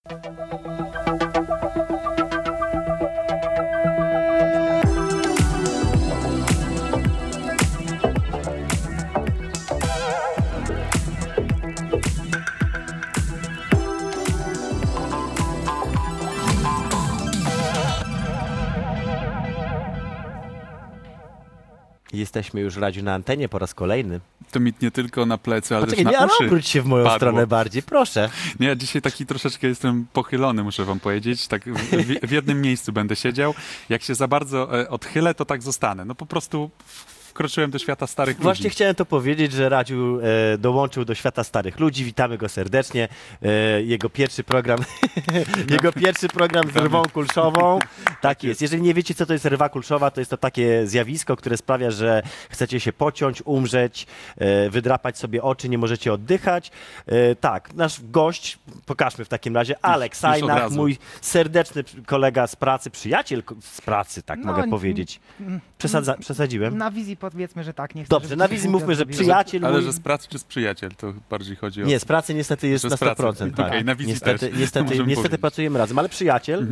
Jesteśmy już, Radziu, na antenie po raz kolejny. To mi nie tylko na plecy, ale Poczekaj, też na uszy obróć się w moją padło. stronę bardziej, proszę. Nie, ja dzisiaj taki troszeczkę jestem pochylony, muszę wam powiedzieć. Tak w jednym miejscu będę siedział. Jak się za bardzo odchylę, to tak zostanę. No po prostu wkroczyłem do świata starych Właśnie ludzi. chciałem to powiedzieć, że Radziu dołączył do świata starych ludzi. Witamy go serdecznie. Jego pierwszy program jego pierwszy program z rwą kulszową. Tak jest. Jeżeli nie wiecie, co to jest rwa kulszowa, to jest to takie zjawisko, które sprawia, że chcecie się pociąć, umrzeć, wydrapać sobie oczy, nie możecie oddychać. Tak, nasz gość, pokażmy w takim razie, Alek Sajnach, mój serdeczny kolega z pracy, przyjaciel z pracy, tak mogę powiedzieć. Przesadziłem? Na wizji powiedzmy, że tak. Nie chcę, Dobrze, żeby na się wizji głupio mówmy, że zrobiło. przyjaciel Ale mój... że z pracy czy z przyjaciel, to bardziej chodzi o... Nie, z pracy niestety jest Że na z pracy. 100%. Tak. Okej, na wizji też. Niestety Możemy powiedzieć. pracujemy razem, ale przyjaciel.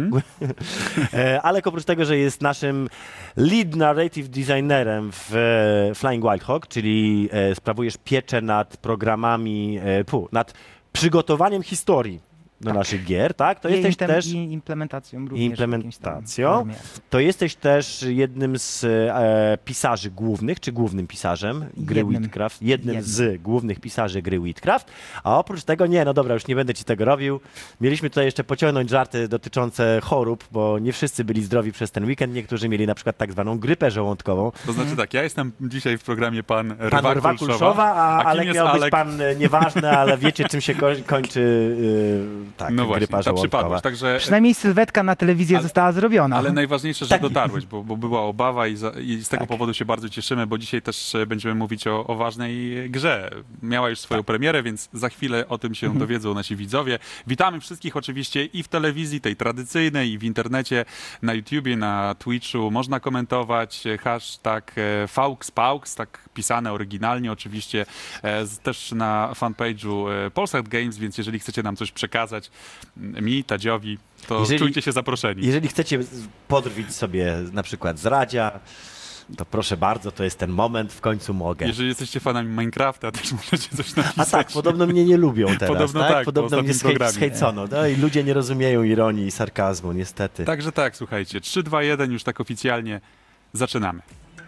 Alek oprócz tego, że jest naszym lead narrative designerem w Flying Wild Hog, czyli sprawujesz pieczę nad programami, nad przygotowaniem historii do naszych gier, tak? To jesteś też... I implementacją również. w Implementacją. jakimś tam formie. To jesteś też jednym z pisarzy głównych, czy głównym pisarzem gry Jednym. Wheatcraft. Jednym z głównych pisarzy gry Wheatcraft. A oprócz tego, no dobra, już nie będę ci tego robił. Mieliśmy tutaj jeszcze pociągnąć żarty dotyczące chorób, bo nie wszyscy byli zdrowi przez ten weekend. Niektórzy mieli na przykład tak zwaną grypę żołądkową. To znaczy tak, ja jestem dzisiaj w programie pan Pan Rwa Kulszowa, a kim Alek jest miał być Alek? pan nieważny, ale wiecie, czym się kończy No właśnie, grypa ta żołądkowa. przypadłość. Także... Przynajmniej sylwetka na telewizję została zrobiona. Ale najważniejsze, że Tak. dotarłeś, bo była obawa i z tego Tak. powodu się bardzo cieszymy, bo dzisiaj też będziemy mówić o ważnej grze. Miała już swoją premierę, więc za chwilę o tym się dowiedzą nasi widzowie. Witamy wszystkich oczywiście i w telewizji, tej tradycyjnej, i w internecie, na YouTubie, na Twitchu. Można komentować hashtag FauxPaux, tak pisane oryginalnie oczywiście, też na fanpage'u Polsat Games, więc jeżeli chcecie nam coś przekazać, mi, Tadziowi, to czujcie się zaproszeni. Jeżeli chcecie podrwić sobie na przykład z Radzia, to proszę bardzo, to jest ten moment, w końcu mogę. Jeżeli jesteście fanami Minecrafta, też możecie coś napisać. A tak, podobno mnie nie lubią teraz, Podobno tak? tak, Podobno po mnie ostatnim programie. zhejcono. No i ludzie nie rozumieją ironii i sarkazmu, niestety. Także tak, słuchajcie, 3, 2, 1, już tak oficjalnie zaczynamy.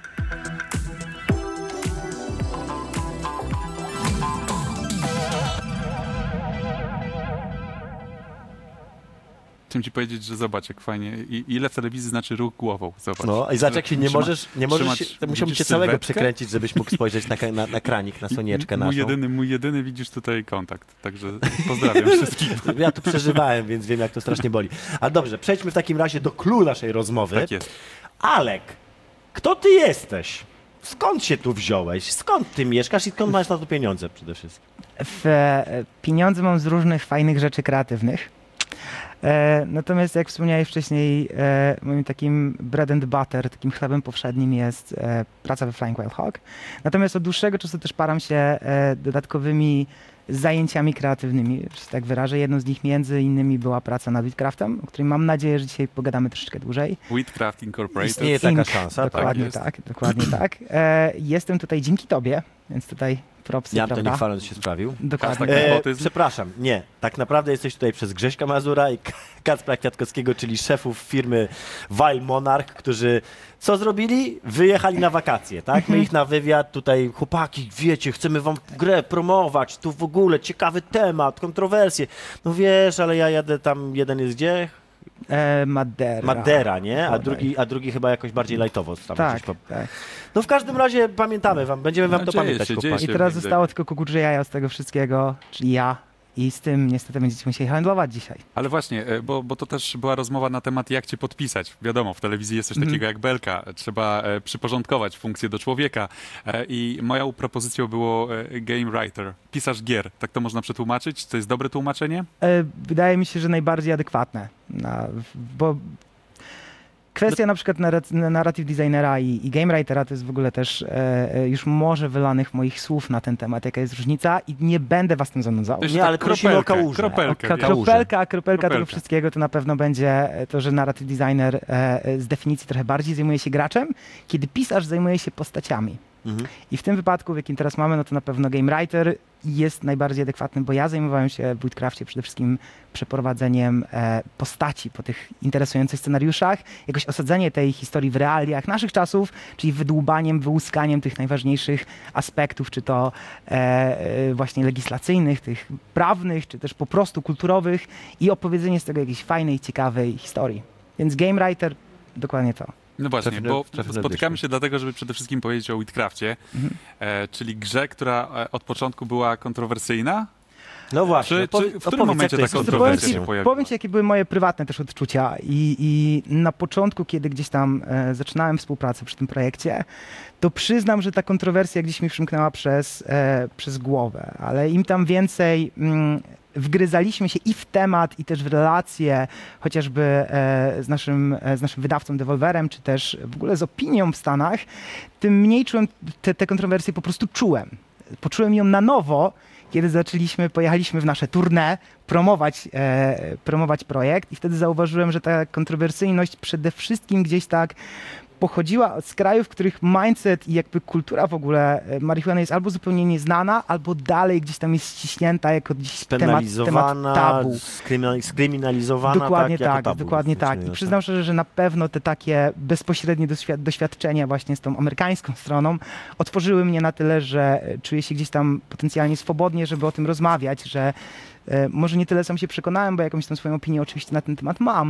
Chciałem ci powiedzieć, że zobacz, jak fajnie, ile w telewizji znaczy ruch głową, zobacz. No i zobacz, jak się nie możesz trzymać, się, to musiałbym cię całego sylwetkę? przekręcić, żebyś mógł spojrzeć na kranik, na słonieczkę naszą. Mój jedyny widzisz tutaj kontakt, także pozdrawiam wszystkich. Ja to przeżywałem, więc wiem, jak to strasznie boli. A dobrze, przejdźmy w takim razie do clou naszej rozmowy. Tak jest. Alek, kto ty jesteś? Skąd się tu wziąłeś? Skąd ty mieszkasz i skąd masz na to pieniądze przede wszystkim? Pieniądze mam z różnych fajnych rzeczy kreatywnych. Natomiast jak wspomniałeś wcześniej, moim takim bread and butter, takim chlebem powszednim jest praca we Flying Wild Hog. Natomiast od dłuższego czasu też param się dodatkowymi zajęciami kreatywnymi, że się tak wyrażę. Jedną z nich między innymi była praca nad Wheatcraftem, o której mam nadzieję, że dzisiaj pogadamy troszeczkę dłużej. Wheatcraft Incorporated. Istnieje taka szansa, Dokładnie tak tak, dokładnie tak. Jestem tutaj dzięki tobie, więc tutaj propsy, Ja to prawda? nie chwaląc się sprawił. Dokładnie. Tak, nepotyzm. Przepraszam, nie. Tak naprawdę jesteś tutaj przez Grześka Mazura i Kacpra Kwiatkowskiego, czyli szefów firmy Wild Monarch, którzy co zrobili? Wyjechali na wakacje, tak? My ich na wywiad tutaj, chłopaki, wiecie, chcemy wam grę promować, tu w ogóle ciekawy temat, kontrowersje. No wiesz, ale ja jadę tam, jeden jest gdzie? Madeira, nie? A drugi chyba jakoś bardziej lightowo. Tam Tak, gdzieś tak. No w każdym razie pamiętamy wam, będziemy wam to Dzieje pamiętać, się, chłopaki. dzieje I się. teraz widzę. zostało tylko kukurydze jaja z tego wszystkiego, czyli ja. I z tym niestety będziecie musieli handlować dzisiaj. Ale właśnie, bo to też była rozmowa na temat, jak cię podpisać. Wiadomo, w telewizji jest coś takiego jak belka. Trzeba przyporządkować funkcję do człowieka. I moją propozycją było game writer, pisarz gier. Tak to można przetłumaczyć? To jest dobre tłumaczenie? Wydaje mi się, że najbardziej adekwatne. Bo Kwestia na przykład narrative designera i game writera to jest w ogóle też już może wylanych moich słów na ten temat, jaka jest różnica i nie będę was tym zanudzał. Wiesz, Nie, tak ale prosimy o kałużę. Kropelkę. wiesz. Kropelka tego wszystkiego to na pewno będzie to, że narrative designer z definicji trochę bardziej zajmuje się graczem, kiedy pisarz zajmuje się postaciami. I w tym wypadku, w jakim teraz mamy, no to na pewno game writer jest najbardziej adekwatnym, bo ja zajmowałem się w Woodcraftie przede wszystkim przeprowadzeniem postaci po tych interesujących scenariuszach, jakoś osadzenie tej historii w realiach naszych czasów, czyli wydłubaniem, wyłuskaniem tych najważniejszych aspektów, czy to właśnie legislacyjnych, tych prawnych, czy też po prostu kulturowych i opowiedzenie z tego jakiejś fajnej, ciekawej historii. Więc game writer, dokładnie to. No właśnie, Trafne- bo trafne spotykamy dyszki. się dlatego, żeby przede wszystkim powiedzieć o Wheatcrafcie, czyli grze, która od początku była kontrowersyjna. No właśnie. W którym opowiedz, momencie jak to ta jest kontrowersja się kontrowersją. pojawiła? Powiem ci, jakie były moje prywatne też odczucia i na początku, kiedy gdzieś tam zaczynałem współpracę przy tym projekcie, to przyznam, że ta kontrowersja gdzieś mi przymknęła przez głowę, ale im tam więcej wgryzaliśmy się i w temat, i też w relacje, chociażby z naszym wydawcą Devolverem, czy też w ogóle z opinią w Stanach, tym mniej czułem te kontrowersje, po prostu czułem. Poczułem ją na nowo, kiedy pojechaliśmy w nasze tournée promować projekt i wtedy zauważyłem, że ta kontrowersyjność przede wszystkim gdzieś tak pochodziła z krajów, w których mindset i jakby kultura w ogóle marihuany jest albo zupełnie nieznana, albo dalej gdzieś tam jest ściśnięta jako gdzieś temat tabu. Skryminalizowana. Dokładnie jako tak, tabu dokładnie tak. I funkcjonująca. przyznam szczerze, że na pewno te takie bezpośrednie doświadczenia właśnie z tą amerykańską stroną otworzyły mnie na tyle, że czuję się gdzieś tam potencjalnie swobodnie, żeby o tym rozmawiać, że może nie tyle sam się przekonałem, bo jakąś tam swoją opinię oczywiście na ten temat mam,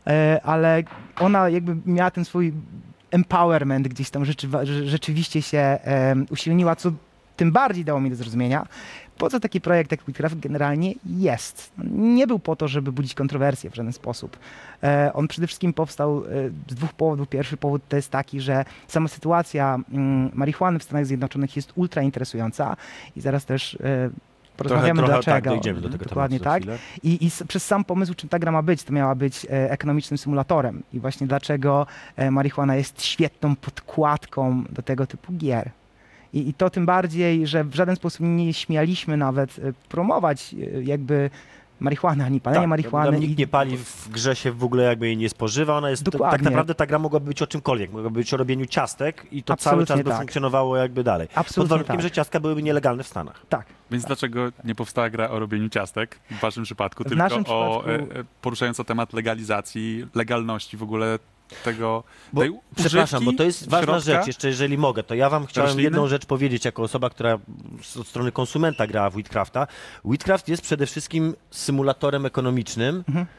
ale ona jakby miała ten swój empowerment gdzieś tam rzeczywiście się usilniła, co tym bardziej dało mi do zrozumienia, po co taki projekt jak Wheatcraft generalnie jest. Nie był po to, żeby budzić kontrowersje w żaden sposób. On przede wszystkim powstał z dwóch powodów. Pierwszy powód to jest taki, że sama sytuacja marihuany w Stanach Zjednoczonych jest ultra interesująca i zaraz też porozmawiamy trochę dlaczego. Tak, dojdziemy do tego Dokładnie tematu za tak. chwilę. I przez sam pomysł, czym ta gra ma być, to miała być ekonomicznym symulatorem. I właśnie dlaczego marihuana jest świetną podkładką do tego typu gier. I to tym bardziej, że w żaden sposób nie śmialiśmy nawet promować jakby marihuany, ani palenia marihuany. Tam nikt nie pali w grze, się w ogóle jakby jej nie spożywa. Ona jest Dokładnie. tak naprawdę ta gra mogłaby być o czymkolwiek. Mogłaby być o robieniu ciastek i to Absolutnie cały czas by tak. funkcjonowało jakby dalej. Pod Absolutnie warunkiem, tak. że ciastka byłyby nielegalne w Stanach. Tak. Więc dlaczego nie powstała gra o robieniu ciastek w waszym przypadku, W tylko naszym o przypadku- poruszająca temat legalizacji, legalności w ogóle tego, Bo, tej przepraszam, używki bo to jest ważna środka? rzecz, jeszcze jeżeli mogę, to ja wam chciałem Rośliny? jedną rzecz powiedzieć jako osoba, która od strony konsumenta grała w Wheatcrafta. Wheatcraft jest przede wszystkim symulatorem ekonomicznym,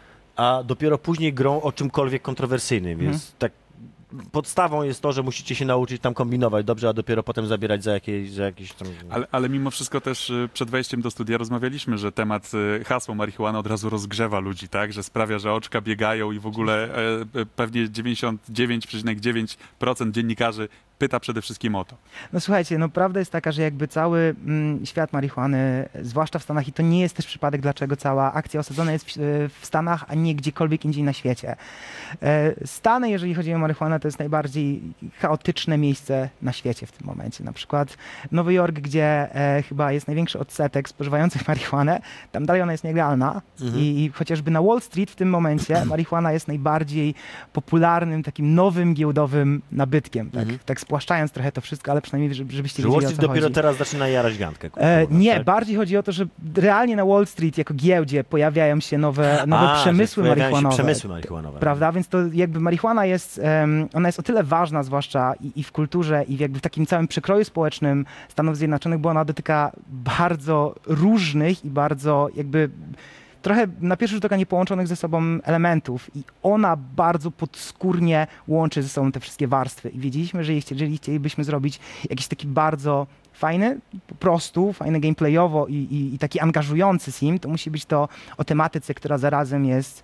a dopiero później grą o czymkolwiek kontrowersyjnym, więc tak podstawą jest to, że musicie się nauczyć tam kombinować dobrze, a dopiero potem zabierać za jakieś tam... Ale mimo wszystko też przed wejściem do studia rozmawialiśmy, że temat hasło marihuana od razu rozgrzewa ludzi, tak? Że sprawia, że oczka biegają i w ogóle pewnie 99,9% dziennikarzy pyta przede wszystkim o to. No słuchajcie, no prawda jest taka, że jakby cały świat marihuany, zwłaszcza w Stanach, i to nie jest też przypadek, dlaczego cała akcja osadzona jest w Stanach, a nie gdziekolwiek indziej na świecie. Stany, jeżeli chodzi o marihuanę, to jest najbardziej chaotyczne miejsce na świecie w tym momencie. Na przykład Nowy Jork, gdzie chyba jest największy odsetek spożywających marihuanę, tam dalej ona jest nielegalna i chociażby na Wall Street w tym momencie marihuana jest najbardziej popularnym, takim nowym giełdowym nabytkiem. Tak spłaszczając trochę to wszystko, ale przynajmniej żebyście Że Wall wiedzieli, o Street co dopiero chodzi. teraz zaczyna jarać gantkę. Nie, tak? bardziej chodzi o to, że realnie na Wall Street jako giełdzie pojawiają się nowe przemysły że pojawiają się marihuanowe. przemysły marihuanowe. Prawda? Więc to jakby marihuana jest, ona jest o tyle ważna, zwłaszcza i w kulturze, i jakby w takim całym przekroju społecznym Stanów Zjednoczonych, bo ona dotyka bardzo różnych i bardzo jakby trochę na pierwszy rzut oka niepołączonych ze sobą elementów i ona bardzo podskórnie łączy ze sobą te wszystkie warstwy. I wiedzieliśmy, że jeżeli chcielibyśmy zrobić jakiś taki bardzo fajny, po prostu, fajny gameplayowo i taki angażujący sim, to musi być to o tematyce, która zarazem jest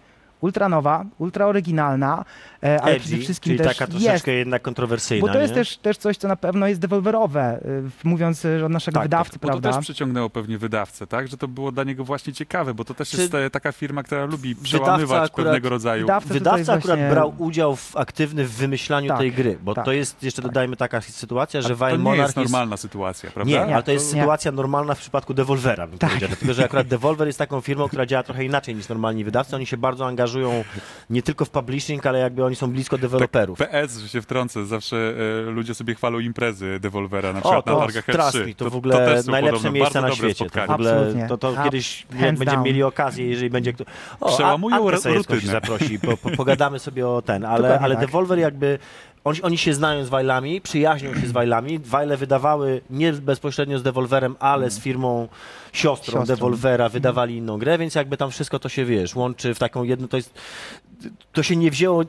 ultra nowa, ultra oryginalna, ale przede Edgy, wszystkim czyli też taka troszeczkę jest, jednak kontrowersyjna, bo to jest nie? też coś, co na pewno jest dewolwerowe, mówiąc od naszego Tak, wydawcy, Bo to prawda? też przyciągnęło pewnie wydawcę, tak? Że to było dla niego właśnie ciekawe, bo to też Czy jest taka firma, która lubi wydawca przełamywać akurat- pewnego rodzaju... Wydawca Wydawca tutaj akurat właśnie- brał udział aktywny w wymyślaniu Tak, tej gry, bo tak, to jest, jeszcze dodajmy, taka sytuacja, że To Vile nie Monarch jest normalna sytuacja, prawda? Nie, ale to jest Nie. sytuacja normalna w przypadku Devolvera, bym Tak. powiedział. Dlatego, że akurat Devolver jest taką firmą, która działa trochę inaczej niż normalni wydawcy. Oni się bardzo angażują nie tylko w publishing, ale jakby oni są blisko deweloperów. PS, że się wtrącę, zawsze ludzie sobie chwalą imprezy Devolvera, na przykład na to targach trust E3. me, to w ogóle też są najlepsze podobno miejsca bardzo na dobre świecie. To spotkania. w ogóle, Absolutnie. to kiedyś, jak Hands będziemy down. mieli okazję, jeżeli będzie kto... Przełamują Ankę Sajewską się rutynę. zaprosi, pogadamy sobie o ten, Dokładnie ale tak. Devolver jakby... Oni się znają z Wile'ami, przyjaźnią się z Wile'ami. Wile'e wydawały nie bezpośrednio z Devolverem, ale z firmą siostrą Devolvera wydawali inną grę, więc jakby tam wszystko to się, wiesz, łączy w taką jedną, to się nie wzięło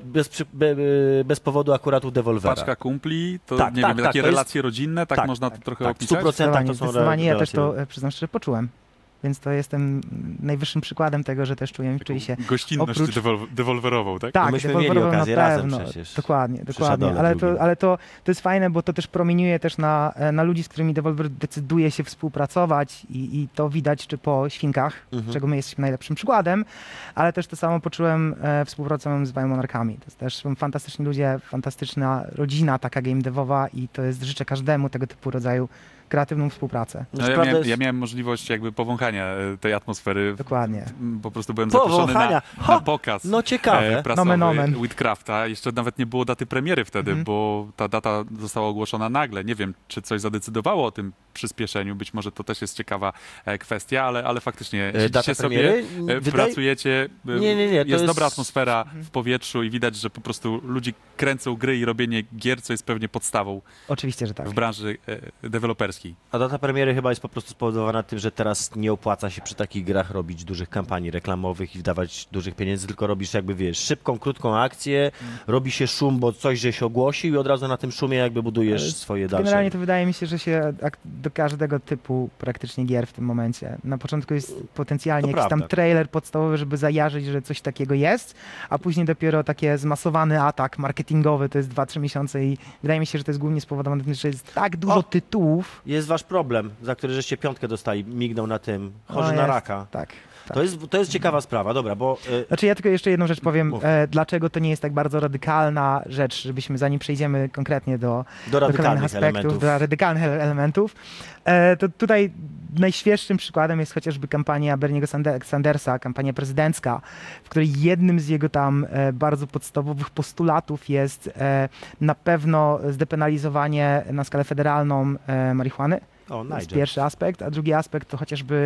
bez powodu akurat u Devolvera. Paczka kumpli, to Tak, nie tak, wiem, tak, takie to jest- relacje rodzinne, tak, tak, można to trochę tak, w opisać? 100% to są Zdecydowanie ja też relacje. to, przyznam szczerze, poczułem. Więc to jestem najwyższym przykładem tego, że też czuli się... Gościnność oprócz- devolwerową, tak? Tak, myśmy mieli deweloperowo okazję na razem pewno. przecież. Dokładnie. Shadow'le Ale, drugim. to jest fajne, bo to też promieniuje też na ludzi, z którymi Devolver decyduje się współpracować i to widać czy po Świnkach, czego my jesteśmy najlepszym przykładem, ale też to samo poczułem współpracując z Vile Monarchami. To jest też są fantastyczni ludzie, fantastyczna rodzina taka game devowa i to jest, życzę każdemu tego typu rodzaju kreatywną współpracę. No, Znaczy, ja, prawda miałem, jest- ja miałem możliwość jakby powąchania tej atmosfery. Dokładnie. Po prostu byłem zaproszony Powąchania. na pokaz No ciekawe. prasowy Nomen omen. Witcrafta. Jeszcze nawet nie było daty premiery wtedy, bo ta data została ogłoszona nagle. Nie wiem, czy coś zadecydowało o tym przyspieszeniu. Być może to też jest ciekawa kwestia, ale faktycznie Data siedzicie sobie, premiery? pracujecie, Nie, to jest dobra jest- atmosfera w powietrzu i widać, że po prostu ludzie kręcą gry i robienie gier, co jest pewnie podstawą Oczywiście, że tak. w branży deweloperskiej. A data premiery chyba jest po prostu spowodowana tym, że teraz nie opłaca się przy takich grach robić dużych kampanii reklamowych i wdawać dużych pieniędzy, tylko robisz jakby, wiesz, szybką, krótką akcję, robi się szum, bo coś żeś ogłosił i od razu na tym szumie jakby budujesz swoje dalsze... Generalnie to wydaje mi się, że się do każdego typu praktycznie gier w tym momencie. Na początku jest potencjalnie To jakiś tam prawda. trailer podstawowy, żeby zajarzyć, że coś takiego jest, a później dopiero takie zmasowany atak marketingowy, to jest 2-3 miesiące i wydaje mi się, że to jest głównie spowodowane tym, że jest tak dużo O! tytułów. Jest wasz problem, za który żeście 5 dostali, mignął na tym, chorzy No na jest, raka. Tak. Tak. To jest ciekawa sprawa, dobra, bo... Znaczy ja tylko jeszcze jedną rzecz powiem, Mów. dlaczego to nie jest tak bardzo radykalna rzecz, żebyśmy zanim przejdziemy konkretnie do kolejnych radykalnych aspektów, elementów. do radykalnych elementów, to tutaj najświeższym przykładem jest chociażby kampania Berniego Sandersa, kampania prezydencka, w której jednym z jego tam bardzo podstawowych postulatów jest na pewno zdepenalizowanie na skalę federalną marihuany. O, To jest Nigel. pierwszy aspekt, a drugi aspekt to chociażby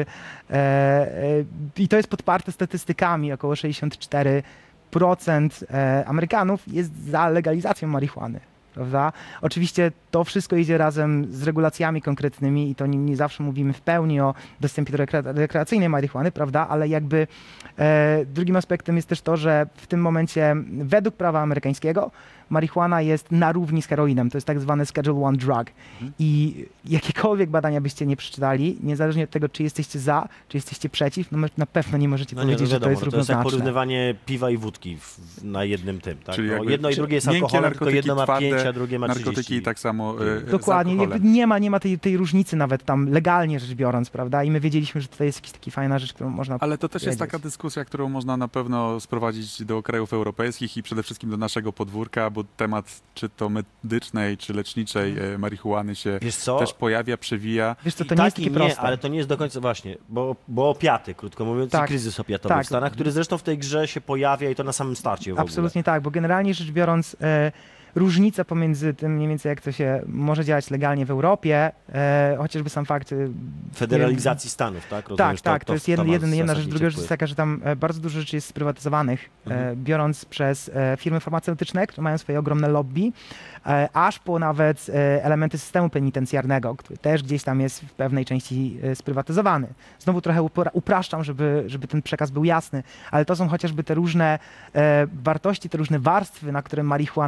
i to jest podparte statystykami, około 64% Amerykanów jest za legalizacją marihuany. Prawda? Oczywiście to wszystko idzie razem z regulacjami konkretnymi i to nie zawsze mówimy w pełni o dostępie do rekreacyjnej marihuany, prawda? Ale jakby drugim aspektem jest też to, że w tym momencie według prawa amerykańskiego marihuana jest na równi z heroinem. To jest tak zwany Schedule 1 drug. I jakiekolwiek badania byście nie przeczytali, niezależnie od tego, czy jesteście za, czy jesteście przeciw, no na pewno nie możecie No nie, powiedzieć, no wiadomo, że to jest to jest jak równoznaczne. porównywanie piwa i wódki na jednym tym, tak? Czyli Bo jakby jedno i drugie jest miękkie alkoholem, tylko narkotyki, jedno ma twarde 5, a drugie ma 30. narkotyki tak samo Dokładnie, z jakby alkoholem. nie ma tej różnicy nawet tam legalnie rzecz biorąc, prawda? I my wiedzieliśmy, że tutaj jest jakaś taka fajna rzecz, którą można Ale to też jest wiedzieć. taka dyskusja, którą można na pewno sprowadzić do krajów europejskich i przede wszystkim do naszego podwórka, bo temat czy to medycznej, czy leczniczej marihuany się Wiesz co? też pojawia, przewija. Wiesz co, to I nie tak jest takie i proste. ale to nie jest do końca właśnie, bo opiaty, krótko mówiąc, Tak. i kryzys opiatowy Tak. w Stanach, który zresztą w tej grze się pojawia i to na samym starcie w ogóle. Absolutnie tak, bo generalnie rzecz biorąc różnica pomiędzy tym mniej więcej jak to się może działać legalnie w Europie, chociażby sam fakt... Federalizacji Stanów, tak? Tak, Rozumiesz, to jest ma jedna rzecz. zasadniczy Druga rzecz jest wpływ. taka, że tam bardzo dużo rzeczy jest sprywatyzowanych, biorąc przez firmy farmaceutyczne, które mają swoje ogromne lobby, aż po nawet elementy systemu penitencjarnego, który też gdzieś tam jest w pewnej części sprywatyzowany. Znowu trochę upraszczam, żeby ten przekaz był jasny, ale to są chociażby te różne wartości, te różne warstwy, na które marihuana gdzieś tam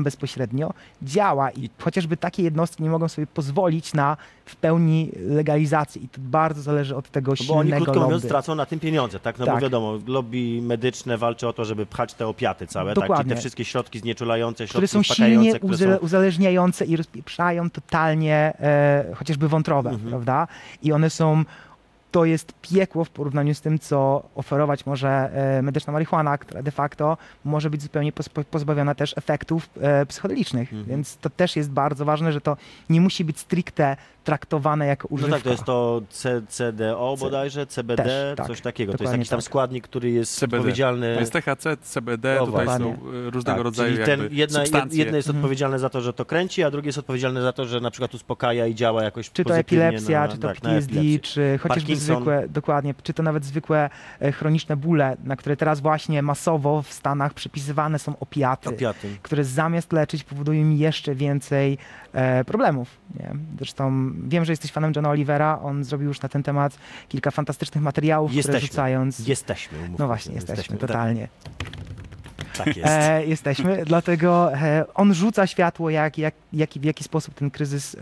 bezpośrednio, działa i chociażby takie jednostki nie mogą sobie pozwolić na w pełni legalizację i to bardzo zależy od tego No bo oni, silnego krótko mówiąc, lobby. tracą na tym pieniądze, tak? No bo Tak. wiadomo, lobby medyczne walczy o to, żeby pchać te opiaty całe, tak? I Dokładnie. te wszystkie środki znieczulające, Które środki są silnie uspokajające, które są... uzależniające i rozpieprzają totalnie chociażby wątrobę, prawda? I one są, to jest piekło w porównaniu z tym, co oferować może medyczna marihuana, która de facto może być zupełnie pozbawiona też efektów psychodelicznych, więc to też jest bardzo ważne, że to nie musi być stricte traktowane jako No używka. tak, to jest to CDO bodajże, CBD, Też, tak. coś takiego. To jest Dokładnie jakiś tam tak. składnik, który jest CBD. odpowiedzialny... To jest THC, CBD, O, tutaj właśnie. są różnego Tak, rodzaju czyli jakby substancje. jedno jest odpowiedzialne za to, że to kręci, a drugie jest odpowiedzialne za to, że na przykład uspokaja i działa jakoś Czy to pozytywnie epilepsja, na, czy to tak, na PTSD, epilepsję. czy chociażby Parkinson. zwykłe, dokładnie, czy to nawet zwykłe chroniczne bóle, na które teraz właśnie masowo w Stanach przypisywane są opiaty, Opiaty. które zamiast leczyć powodują mi jeszcze więcej problemów. Nie? Zresztą wiem, że jesteś fanem Johna Olivera, on zrobił już na ten temat kilka fantastycznych materiałów, które Jesteśmy. rzucając... Jesteśmy, umówmy No właśnie, się, jesteśmy, totalnie. Tak jest. Jesteśmy, dlatego on rzuca światło, w jaki sposób ten kryzys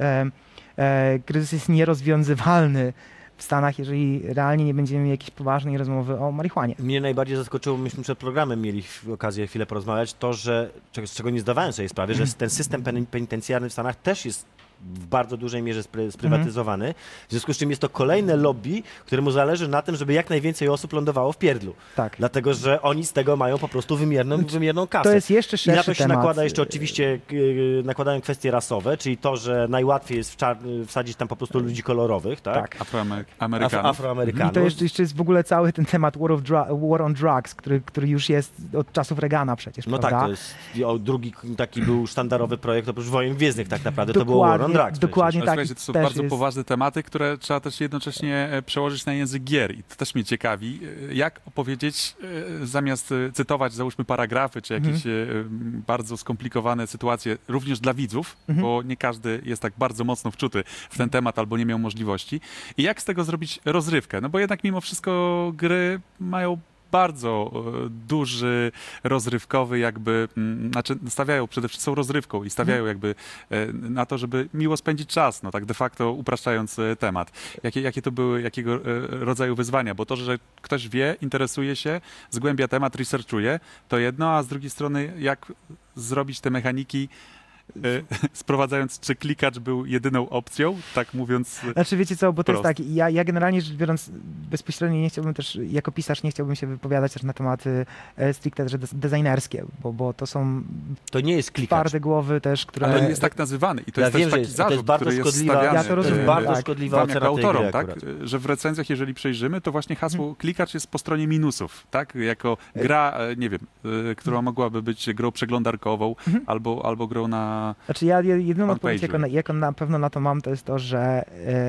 jest nierozwiązywalny w Stanach, jeżeli realnie nie będziemy mieli jakiejś poważnej rozmowy o marihuanie. Mnie najbardziej zaskoczyło, myśmy przed programem mieli okazję chwilę porozmawiać, to, że, z czego nie zdawałem sobie sprawy, że ten system penitencjarny w Stanach też jest w bardzo dużej mierze sprywatyzowany, w związku z czym jest to kolejne lobby, któremu zależy na tym, żeby jak najwięcej osób lądowało w pierdlu. Tak. Dlatego, że oni z tego mają po prostu wymierną kasę. To jest jeszcze I szerszy na to się temat. nakłada jeszcze oczywiście, nakładają kwestie rasowe, czyli to, że najłatwiej jest wsadzić tam po prostu ludzi kolorowych, tak? Tak. Afroamerykanów. Afroamerykanów. I to jeszcze jest w ogóle cały ten temat War on Drugs, który już jest od czasów Reagana przecież, No prawda? tak, to jest drugi taki był sztandarowy projekt oprócz Wojen Gwiezdnych tak naprawdę, to było War on Drugs. Dokładnie Ale tak. słuchajcie, to są też bardzo jest... poważne tematy, które trzeba też jednocześnie przełożyć na język gier. I to też mnie ciekawi, jak opowiedzieć, zamiast cytować, załóżmy, paragrafy, czy jakieś bardzo skomplikowane sytuacje, również dla widzów, bo nie każdy jest tak bardzo mocno wczuty w ten temat albo nie miał możliwości. I jak z tego zrobić rozrywkę? No bo jednak mimo wszystko gry mają bardzo duży, rozrywkowy jakby, znaczy stawiają przede wszystkim, są rozrywką i stawiają jakby na to, żeby miło spędzić czas, no tak de facto upraszczając temat. Jakie to były, jakiego rodzaju wyzwania? Bo to, że ktoś wie, interesuje się, zgłębia temat, researchuje, to jedno, a z drugiej strony jak zrobić te mechaniki, sprowadzając, czy klikacz był jedyną opcją, tak mówiąc. Znaczy wiecie co, bo to jest Prost. tak, ja generalnie rzecz biorąc bezpośrednio nie chciałbym też, jako pisarz nie chciałbym się wypowiadać też na tematy stricte że designerskie, bo to są To nie jest klikacz. twarde głowy też, które... Ale on jest tak nazywany i to Ja jest wiem, też że taki jest- to jest zarzut, bardzo który jest szkodliwa- stawiany Ja to rozumiem, To jest bardzo tak. szkodliwa wam ocena jako tej autorom, gry tak? akurat. Że w recenzjach, jeżeli przejrzymy, to właśnie hasło klikacz jest po stronie minusów, tak? Jako gra, nie wiem, która mogłaby być grą przeglądarkową albo grą na... Znaczy ja jedyną odpowiedź, Fanpage'u. jaką na pewno na to mam, to jest to, że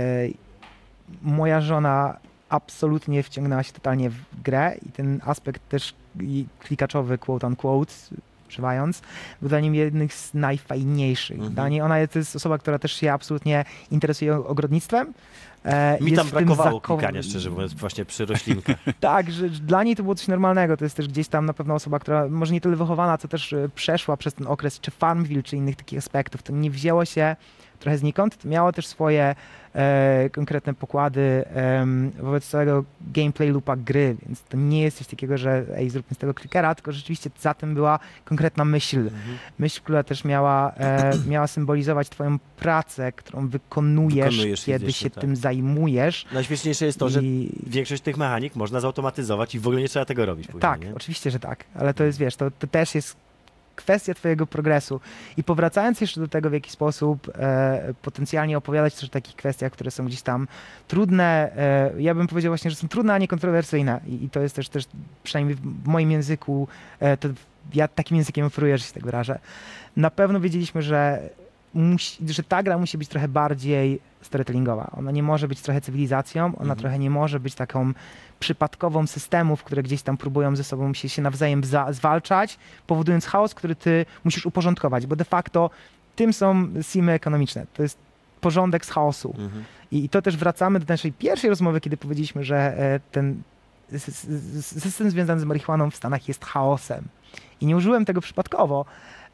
moja żona absolutnie wciągnęła się totalnie w grę i ten aspekt też klikaczowy, quote unquote, używając, był dla niej jednych z najfajniejszych. Dla niej ona to jest osoba, która też się absolutnie interesuje ogrodnictwem. Mi jest tam w tym brakowało klikania, szczerze mówiąc, właśnie przy roślinkach. Tak, że dla niej to było coś normalnego. To jest też gdzieś tam na pewno osoba, która może nie tyle wychowana, co też przeszła przez ten okres, czy Farmville, czy innych takich aspektów. To nie wzięło się trochę znikąd. To miało też swoje konkretne pokłady wobec całego gameplay loopa gry, więc to nie jest coś takiego, że ej, zróbmy z tego klikera, tylko rzeczywiście za tym była konkretna myśl. Myśl, która też miała symbolizować twoją pracę, którą wykonujesz kiedy fizycznie, się tak. tym zajmujesz. Najśmieszniejsze jest to, że I- większość tych mechanik można zautomatyzować i w ogóle nie trzeba tego robić później, Tak, nie? oczywiście, że tak, ale to jest, wiesz, to też jest kwestia twojego progresu. I powracając jeszcze do tego, w jaki sposób potencjalnie opowiadać też o takich kwestiach, które są gdzieś tam trudne, ja bym powiedział właśnie, że są trudne, a nie kontrowersyjne. I to jest też przynajmniej w moim języku, to ja takim językiem operuję, że się tak wyrażę. Na pewno wiedzieliśmy, że ta gra musi być trochę bardziej storytellingowa. Ona nie może być trochę cywilizacją, ona trochę nie może być taką przypadkową systemów, które gdzieś tam próbują ze sobą się nawzajem zwalczać, powodując chaos, który ty musisz uporządkować, bo de facto tym są simy ekonomiczne. To jest porządek z chaosu. I to też wracamy do naszej pierwszej rozmowy, kiedy powiedzieliśmy, że ten system związany z marihuaną w Stanach jest chaosem. I nie użyłem tego przypadkowo,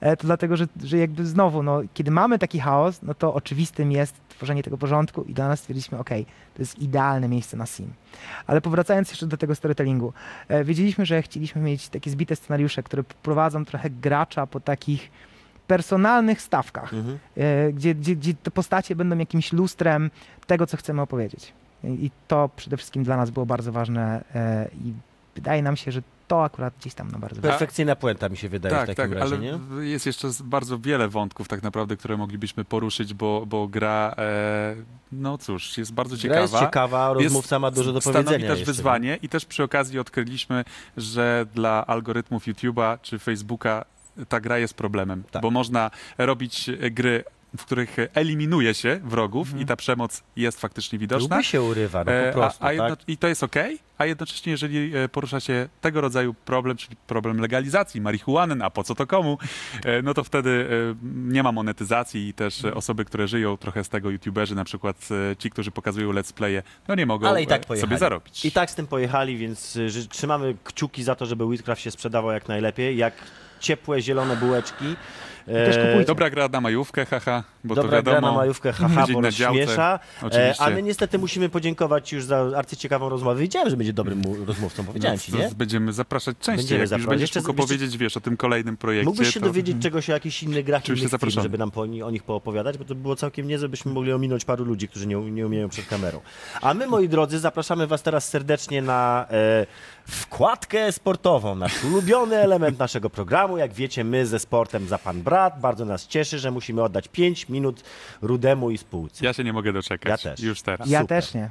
to dlatego, że jakby znowu, no, kiedy mamy taki chaos, no to oczywistym jest tworzenie tego porządku i dla nas stwierdziliśmy, okej, to jest idealne miejsce na sim. Ale powracając jeszcze do tego storytellingu, wiedzieliśmy, że chcieliśmy mieć takie zbite scenariusze, które prowadzą trochę gracza po takich personalnych stawkach, gdzie te postacie będą jakimś lustrem tego, co chcemy opowiedzieć. I to przede wszystkim dla nas było bardzo ważne i wydaje nam się, że to akurat gdzieś tam bardzo Perfekcyjna puenta mi się wydaje w takim razie, ale nie? jest jeszcze bardzo wiele wątków tak naprawdę, które moglibyśmy poruszyć, bo gra, no cóż, jest bardzo ciekawa. Gra jest ciekawa, rozmówca ma dużo do powiedzenia. Stanowi też jeszcze, wyzwanie i też przy okazji odkryliśmy, że dla algorytmów YouTube'a czy Facebooka ta gra jest problemem, Tak. bo można robić gry, w których eliminuje się wrogów i ta przemoc jest faktycznie widoczna. Lubi się urywa, no po prostu, tak? I to jest okej, a jednocześnie jeżeli porusza się tego rodzaju problem, czyli problem legalizacji marihuany, a po co to komu, no to wtedy nie ma monetyzacji i też osoby, które żyją trochę z tego, youtuberzy, na przykład ci, którzy pokazują let's playe, no nie mogą Ale i tak pojechali. sobie zarobić. I tak z tym pojechali, więc trzymamy kciuki za to, żeby Witchcraft się sprzedawał jak najlepiej, jak ciepłe, zielone bułeczki. Też kupujcie. Dobra gra na majówkę, haha, bo Dobra to wiadomo. gra na majówkę, haha, dzień bo na działce, rozśmiesza. oczywiście. A my niestety musimy podziękować już za arcyciekawą rozmowę. Wiedziałem, że będzie dobrym rozmówcą, powiedziałem ci, nie? Będziemy zapraszać częściej, Będziemy jak już zapraszać. będziesz Jeszcze mógł wiecie- powiedzieć, wiesz, o tym kolejnym projekcie. Mógłbyś się to... dowiedzieć czegoś o jakichś innych grach, Oczywiście innych firm, zapraszamy. żeby nam o nich poopowiadać, bo to było całkiem niezłe, byśmy mogli ominąć paru ludzi, którzy nie umieją przed kamerą. A my, moi drodzy, zapraszamy was teraz serdecznie na wkładkę sportową, nasz ulubiony element naszego programu. Jak wiecie, my ze sportem za pan brat. Bardzo nas cieszy, że musimy oddać 5 minut Rudemu i spółce. Ja się nie mogę doczekać. Ja też. Już teraz. Ja Super. też nie.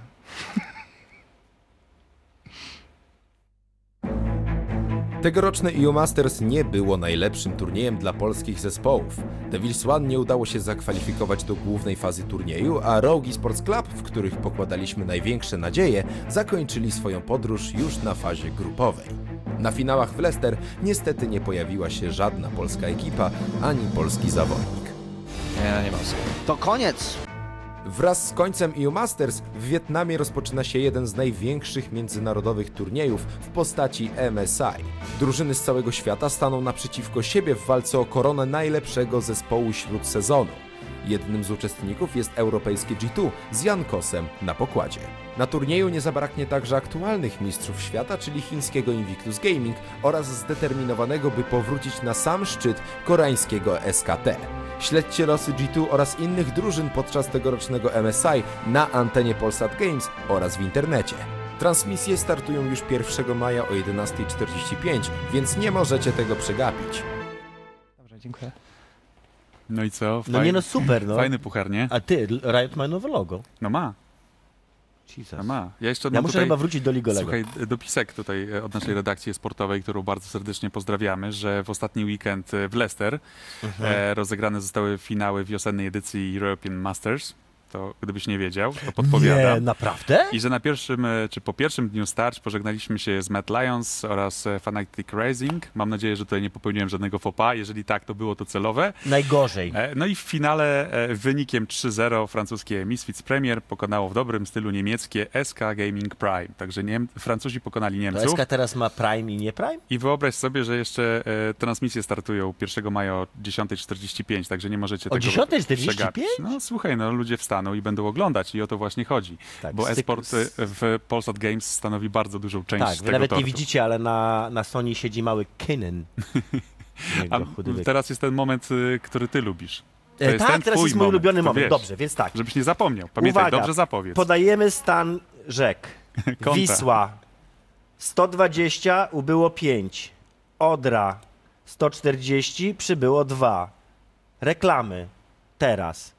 Tegoroczne EU Masters nie było najlepszym turniejem dla polskich zespołów. Devils One nie udało się zakwalifikować do głównej fazy turnieju, a Rogue Sports Club, w których pokładaliśmy największe nadzieje, zakończyli swoją podróż już na fazie grupowej. Na finałach w Leicester niestety nie pojawiła się żadna polska ekipa, ani polski zawodnik. Nie ma słów. To koniec! Wraz z końcem EU Masters w Wietnamie rozpoczyna się jeden z największych międzynarodowych turniejów w postaci MSI. Drużyny z całego świata staną naprzeciwko siebie w walce o koronę najlepszego zespołu śródsezonu. Jednym z uczestników jest europejskie G2 z Jankosem na pokładzie. Na turnieju nie zabraknie także aktualnych mistrzów świata, czyli chińskiego Invictus Gaming oraz zdeterminowanego, by powrócić na sam szczyt koreańskiego SKT. Śledźcie losy G2 oraz innych drużyn podczas tegorocznego MSI na antenie Polsat Games oraz w internecie. Transmisje startują już 1 maja o 11:45, więc nie możecie tego przegapić. Dobrze, dziękuję. No i co? No nie no, super, no. Fajny puchar, nie? A ty, Riot ma nowe logo. No ma. Jesus. No ma. Ja jeszcze Ja mam muszę tutaj, chyba wrócić do Ligolego. słuchaj, dopisek tutaj od naszej redakcji sportowej, którą bardzo serdecznie pozdrawiamy, że w ostatni weekend w Leicester rozegrane zostały finały wiosennej edycji European Masters. To gdybyś nie wiedział, to podpowiadam. Nie, naprawdę? I że na pierwszym, czy po pierwszym dniu start pożegnaliśmy się z Mad Lions oraz Fanatic Racing. Mam nadzieję, że tutaj nie popełniłem żadnego faux pas. Jeżeli tak, to było to celowe. Najgorzej. No i w finale wynikiem 3-0 francuskie Misfits Premier pokonało w dobrym stylu niemieckie SK Gaming Prime. Także Francuzi pokonali To Niemców. SK teraz ma Prime i nie Prime? I wyobraź sobie, że jeszcze transmisje startują 1 maja o 10:45, także nie możecie O tego 10:45? przegapić. No słuchaj, no ludzie wstaną i będą oglądać i o to właśnie chodzi. Tak, Bo e-sport w Polsat Games stanowi bardzo dużą część Tak, wy tego nawet tortu. nie widzicie, ale na Sony siedzi mały Kynen. A Jego chudy wyk. teraz jest ten moment, który ty lubisz. To jest ten Tak, teraz twój jest mój ulubiony to moment. wiesz, Dobrze, więc tak. Żebyś nie zapomniał. Pamiętaj, Uwaga, dobrze zapowiedz. Podajemy stan rzek. Konta. Wisła 120, ubyło 5. Odra 140, przybyło 2. Reklamy. Teraz.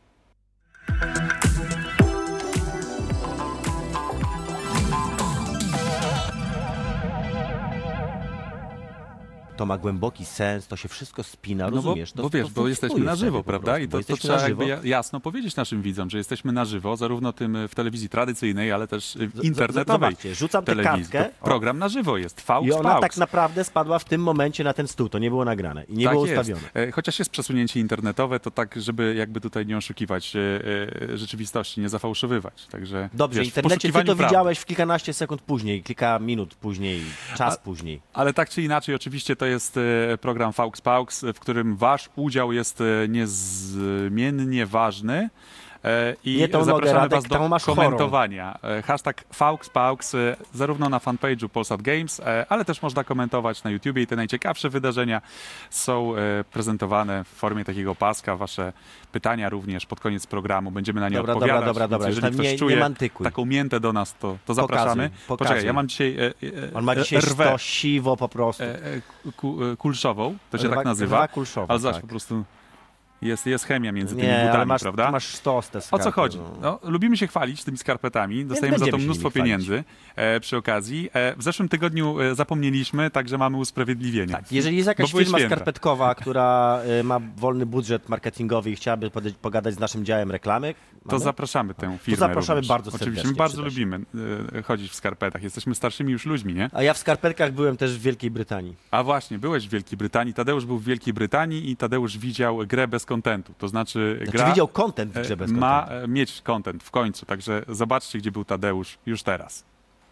To ma głęboki sens, to się wszystko spina, No rozumiesz? bo wiesz, bo jesteśmy funkcjonuje na żywo, wtedy po prawda? prostu, I bo to jesteśmy trzeba na żywo. jakby jasno powiedzieć naszym widzom, że jesteśmy na żywo, zarówno tym w telewizji tradycyjnej, ale też internetowej Zobaczcie, rzucam tę telewizji. kartkę. To program na żywo jest, Faux I ona Faux. tak naprawdę spadła w tym momencie na ten stół. To nie było nagrane i nie Tak było jest. ustawione. Chociaż jest przesunięcie internetowe, to tak, żeby jakby tutaj nie oszukiwać rzeczywistości, nie zafałszowywać. Także Dobrze, wiesz, w internecie ty poszukiwaniu to prawdy. widziałeś w kilkanaście sekund później, kilka minut później, czas później. Ale tak czy inaczej, oczywiście to jest program Faux Paux, w którym wasz udział jest niezmiennie ważny. I Nie tą nogę, zapraszamy Radek, was do tą masz chorą. komentowania. Hashtag FauxPaux zarówno na fanpage'u Polsat Games, ale też można komentować na YouTubie i te najciekawsze wydarzenia są prezentowane w formie takiego paska. Wasze pytania również pod koniec programu. Będziemy na nie Dobra, odpowiadać. dobra, Więc jeżeli Już tam ktoś nie czuje mantykuj. taką miętę do nas, to zapraszamy. Pokazuj. Poczekaj, ja mam dzisiaj On ma dzisiaj rwę to siwo po prostu. kulszową, to się Rwa- tak nazywa. rwa kulszowa, Ale zobacz, tak. po prostu jest chemia między tymi Nie, ale butami, masz, prawda? masz sztos te O skarpy, co chodzi? no. No, lubimy się chwalić tymi skarpetami, dostajemy za to będziemy się mnóstwo nimi chwalić. pieniędzy przy okazji. W zeszłym tygodniu zapomnieliśmy, także mamy usprawiedliwienie. Tak, jeżeli jest Bo jakaś były firma święta. skarpetkowa, która ma wolny budżet marketingowy i chciałaby pogadać z naszym działem reklamy, To mamy? zapraszamy tę firmę zapraszamy również. bardzo Oczywiście, serdecznie, my bardzo przyda się. lubimy chodzić w skarpetach. Jesteśmy starszymi już ludźmi, nie? A ja w skarpetkach byłem też w Wielkiej Brytanii. A właśnie, byłeś w Wielkiej Brytanii, Tadeusz był w Wielkiej Brytanii i Tadeusz widział grę bez kontentu. To znaczy gra widział content w grze bez ma kontentu. mieć content w końcu, także zobaczcie, gdzie był Tadeusz już teraz.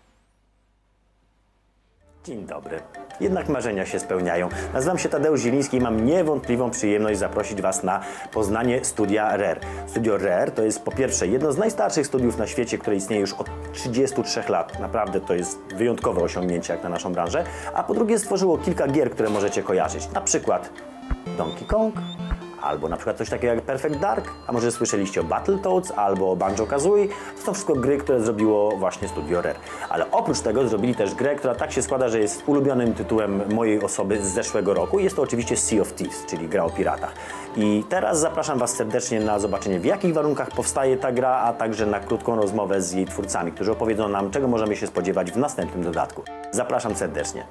Dzień dobry. Jednak marzenia się spełniają. Nazywam się Tadeusz Zieliński i mam niewątpliwą przyjemność zaprosić Was na poznanie studia RARE. Studio RARE to jest po pierwsze jedno z najstarszych studiów na świecie, które istnieje już od 33 lat. Naprawdę to jest wyjątkowe osiągnięcie jak na naszą branżę. A po drugie stworzyło kilka gier, które możecie kojarzyć. Na przykład Donkey Kong, albo na przykład coś takiego jak Perfect Dark, a może słyszeliście o Battletoads albo o Banjo-Kazooie. To są wszystko gry, które zrobiło właśnie studio RARE. Ale oprócz tego zrobili też grę, która tak się składa, że jest ulubionym tytułem mojej osoby z zeszłego roku. Jest to oczywiście Sea of Thieves, czyli gra o piratach. I teraz zapraszam Was serdecznie na zobaczenie, w jakich warunkach powstaje ta gra, a także na krótką rozmowę z jej twórcami, którzy opowiedzą nam, czego możemy się spodziewać w następnym dodatku. Zapraszam serdecznie.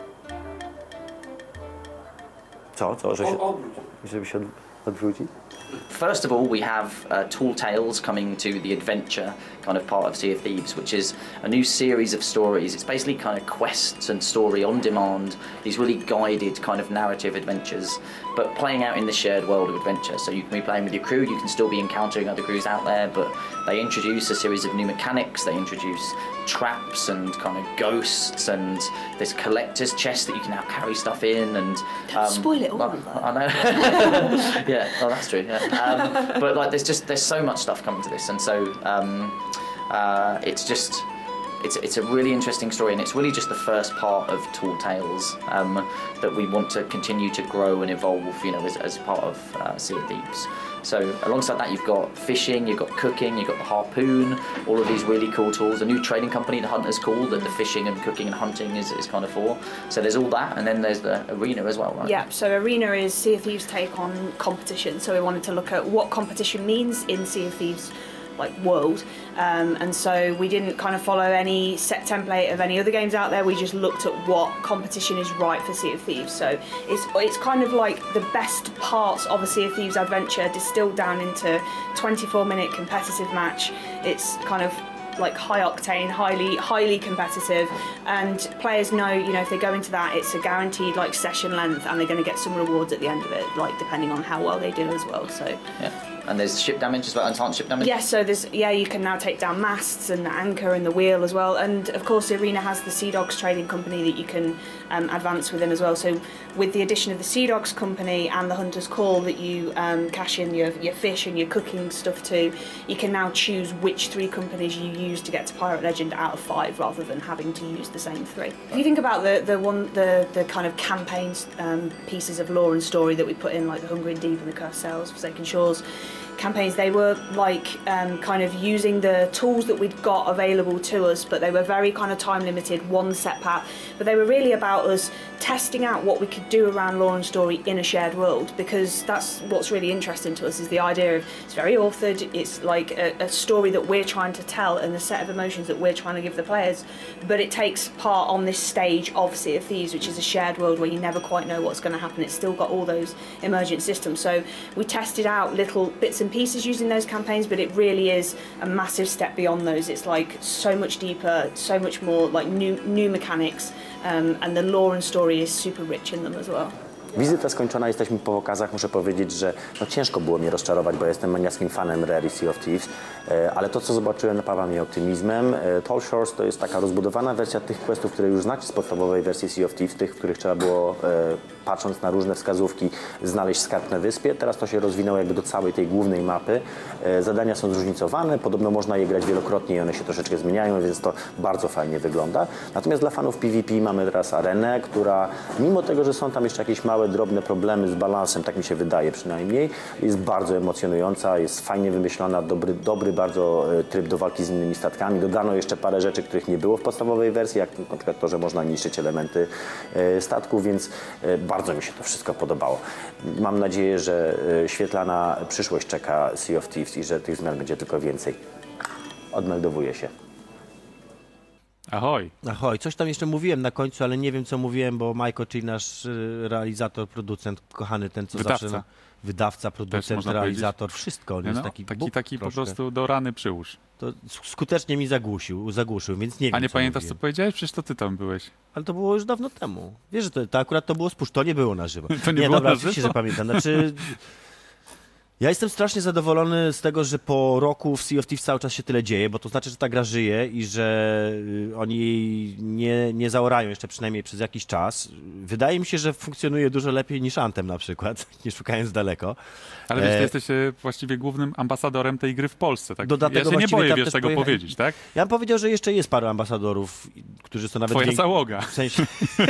Co? Żeby się odwrócić? First of all, we have Tall Tales coming to the adventure kind of part of Sea of Thieves, which is a new series of stories. It's basically kind of quests and story on demand, these really guided kind of narrative adventures, but playing out in the shared world of adventure. So you can be playing with your crew, you can still be encountering other crews out there, but they introduce a series of new mechanics, they introduce traps and kind of ghosts and this collector's chest that you can now carry stuff in and... Don't spoil it all. I know. Yeah, well that's true, yeah. But like there's so much stuff coming to this, and so it's a really interesting story, and it's really just the first part of Tall Tales that we want to continue to grow and evolve, you know, as part of Sea of Thieves. So alongside that, you've got fishing, you've got cooking, you've got the harpoon, all of these really cool tools. A new trading company, the Hunter's Call, that the fishing and cooking and hunting is kind of for. So there's all that, and then there's the arena as well, right? Yeah, so Arena is Sea of Thieves' take on competition. So we wanted to look at what competition means in Sea of Thieves world, and so we didn't kind of follow any set template of any other games out there. We just looked at what competition is right for Sea of Thieves. So it's kind of like the best parts of a Sea of Thieves adventure distilled down into 24-minute competitive match. It's kind of like high octane, highly competitive, and players know, you know, if they go into that, it's a guaranteed like session length, and they're going to get some rewards at the end of it, like depending on how well they do as well. So Yeah. And there's ship damage as well, enhanced ship damage? yeah, so you can now take down masts and the anchor and the wheel as well, and of course the Arena has the Sea Dogs trading company that you can advance within as well. So with the addition of the Sea Dogs company and the Hunter's Call that you cash in your fish and your cooking stuff to, you can now choose which 3 companies you use to get to Pirate Legend out of 5, rather than having to use the same 3. If you think about the kind of campaigns, pieces of lore and story that we put in, like the Hungering Deep and the Cursed Sails, Forsaken Shores campaigns, they were like kind of using the tools that we'd got available to us, but they were very kind of time limited, one set path, but they were really about us testing out what we could do around lore and story in a shared world, because that's what's really interesting to us, is the idea of it's very authored, it's like a story that we're trying to tell and a set of emotions that we're trying to give the players, but it takes part on this stage of Sea of Thieves, which is a shared world where you never quite know what's going to happen. It's still got all those emergent systems, so we tested out little bits and pieces using those campaigns, but it really is a massive step beyond those. It's like so much deeper, so much more like new mechanics, and the lore and story is super rich in them as well. Wizyta skończona, jesteśmy po pokazach. Muszę powiedzieć, że no, ciężko było mnie rozczarować, bo jestem maniackim fanem Rare i Sea of Thieves, ale to, co zobaczyłem, napawa mnie optymizmem. Tall Shores to jest taka rozbudowana wersja tych questów, które już znacie z podstawowej wersji Sea of Thieves, tych, w których trzeba było, patrząc na różne wskazówki, znaleźć skarb na wyspie. Teraz to się rozwinęło jakby do całej tej głównej mapy. Zadania są zróżnicowane, podobno można je grać wielokrotnie i one się troszeczkę zmieniają, więc to bardzo fajnie wygląda. Natomiast dla fanów PvP mamy teraz arenę, która mimo tego, że są tam jeszcze jakieś małe, drobne problemy z balansem, tak mi się wydaje przynajmniej, jest bardzo emocjonująca, jest fajnie wymyślona, dobry bardzo tryb do walki z innymi statkami. Dodano jeszcze parę rzeczy, których nie było w podstawowej wersji, jak na przykład to, że można niszczyć elementy statków, więc bardzo mi się to wszystko podobało. Mam nadzieję, że świetlana przyszłość czeka Sea of Thieves i że tych zmian będzie tylko więcej. Odmeldowuję się. Ahoj. Ahoj, coś tam jeszcze mówiłem na końcu, ale nie wiem, co mówiłem, bo Majko, czyli nasz realizator, producent, kochany, ten, co Wydawca. zawsze... Wydawca, producent, można realizator, wszystko. On jest taki Bóg taki po troszkę. prostu do rany przyłóż. To skutecznie mi zagłuszył, więc nie wiem, A nie co pamiętasz, co mówiłem. powiedziałeś? Przecież to ty tam byłeś. Ale to było już dawno temu. Wiesz, że to akurat to było to nie było na żywo. To nie było dobra, na oczywiście, żywo? że pamiętam. Znaczy, ja jestem strasznie zadowolony z tego, że po roku w Sea of Thieves cały czas się tyle dzieje, bo to znaczy, że ta gra żyje i że oni jej nie zaorają jeszcze przynajmniej przez jakiś czas. Wydaje mi się, że funkcjonuje dużo lepiej niż Anthem na przykład, nie szukając daleko. Ale wiesz, ty jesteś właściwie głównym ambasadorem tej gry w Polsce, tak? Do Ja tego się nie właściwie boję, tam wiesz, też tego powiedzieć, tak? Ja bym powiedział, że jeszcze jest paru ambasadorów, którzy są nawet... Twoja załoga. W sensie,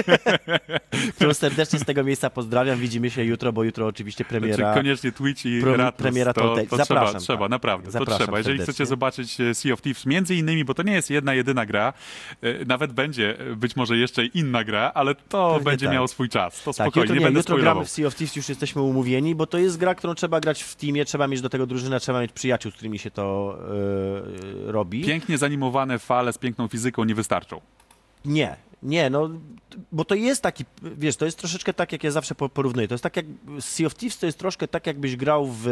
którą serdecznie z tego miejsca pozdrawiam. Widzimy się jutro, bo jutro oczywiście premiera... Znaczy, koniecznie Twitch i Ratmus, premiera to Telltale. Zapraszam, trzeba, tak. naprawdę, to Zapraszam trzeba. Jeżeli serdecznie. chcecie zobaczyć Sea of Thieves, między innymi, bo to nie jest jedyna gra, nawet będzie być może jeszcze inna gra, ale to Pewnie będzie tak. miało swój czas. To Tak, spokojnie, nie będę jutro spoilował. gramy w Sea of Thieves, już jesteśmy umówieni, bo to jest gra, którą trzeba grać w teamie, trzeba mieć do tego drużynę, trzeba mieć przyjaciół, z którymi się to robi. Pięknie zanimowane fale z piękną fizyką nie wystarczą. Nie, no, bo to jest taki, wiesz, to jest troszeczkę tak, jak ja zawsze porównuję. To jest tak jak, Sea of Thieves to jest troszkę tak, jakbyś grał w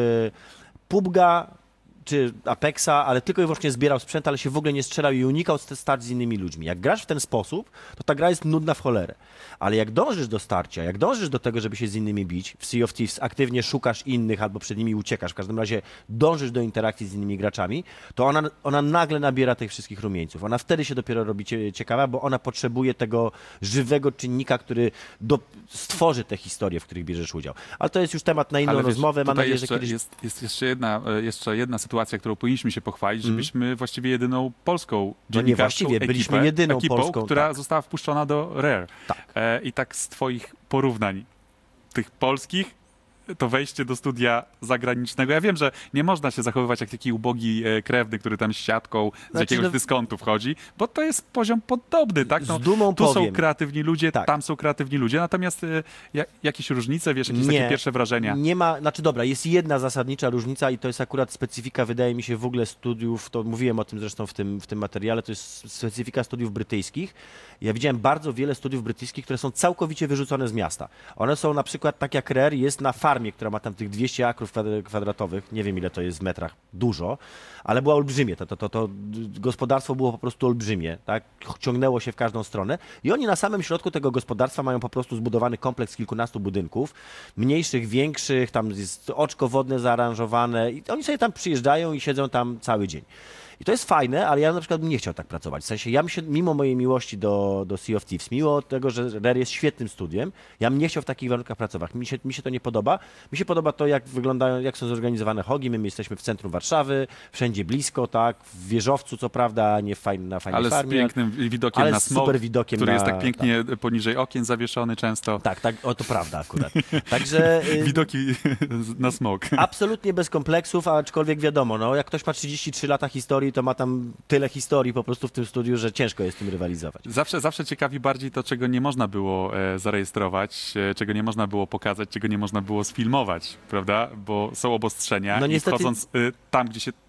PUBG'a czy Apexa, ale tylko i wyłącznie zbierał sprzęt, ale się w ogóle nie strzelał i unikał starć z innymi ludźmi. Jak grasz w ten sposób, to ta gra jest nudna w cholerę. Ale jak dążysz do starcia, jak dążysz do tego, żeby się z innymi bić, w Sea of Thieves aktywnie szukasz innych albo przed nimi uciekasz, w każdym razie dążysz do interakcji z innymi graczami, to ona nagle nabiera tych wszystkich rumieńców. Ona wtedy się dopiero robi ciekawa, bo ona potrzebuje tego żywego czynnika, który stworzy te historie, w których bierzesz udział. Ale to jest już temat na inną Ale wiesz, rozmowę. Mam tutaj nadzieję, że kiedyś... jest jeszcze jedna sytuacja, którą powinniśmy się pochwalić, że byliśmy właściwie jedyną polską dziennikarską właściwie, byliśmy jedyną ekipą, polską, która tak. została wpuszczona do Rare. Tak. I tak z twoich porównań, tych polskich, to wejście do studia zagranicznego. Ja wiem, że nie można się zachowywać jak taki ubogi krewny, który tam z siatką z jakiegoś dyskontu wchodzi, bo to jest poziom podobny, tak? Z dumą tu powiem. są kreatywni ludzie, Tak. tam są kreatywni ludzie, natomiast jakieś różnice, wiesz, jakieś takie pierwsze wrażenia? Nie ma, znaczy dobra, jest jedna zasadnicza różnica i to jest akurat specyfika, wydaje mi się, w ogóle studiów, to mówiłem o tym zresztą w tym materiale, to jest specyfika studiów brytyjskich. Ja widziałem bardzo wiele studiów brytyjskich, które są całkowicie wyrzucone z miasta. One są na przykład tak jak Rare, jest na farmie, która ma tam tych 200 akrów kwadratowych, nie wiem ile to jest w metrach, dużo, ale była olbrzymie, to gospodarstwo było po prostu olbrzymie, tak? Ciągnęło się w każdą stronę i oni na samym środku tego gospodarstwa mają po prostu zbudowany kompleks kilkunastu budynków, mniejszych, większych, tam jest oczko wodne zaaranżowane i oni sobie tam przyjeżdżają i siedzą tam cały dzień. I to jest fajne, ale ja na przykład bym nie chciał tak pracować. W sensie, ja bym się, mimo mojej miłości do Sea of Thieves, mimo tego, że Rare jest świetnym studiem, ja bym nie chciał w takich warunkach pracować. Mi się to nie podoba. Mi się podoba to, jak wyglądają, jak są zorganizowane hogi. My jesteśmy w centrum Warszawy, wszędzie blisko, tak, w wieżowcu, co prawda, a nie na fajnej Ale farmie. z pięknym widokiem ale na z smog, super widokiem który jest na- tak pięknie poniżej okien zawieszony często. Tak, o to prawda akurat. Także Widoki na smog. absolutnie bez kompleksów, aczkolwiek wiadomo, no, jak ktoś ma 33 lata historii, to ma tam tyle historii po prostu w tym studiu, że ciężko jest tym rywalizować. Zawsze ciekawi bardziej to, czego nie można było zarejestrować, czego nie można było pokazać, czego nie można było sfilmować, prawda? Bo są obostrzenia No i niestety- wchodząc tam, gdzie się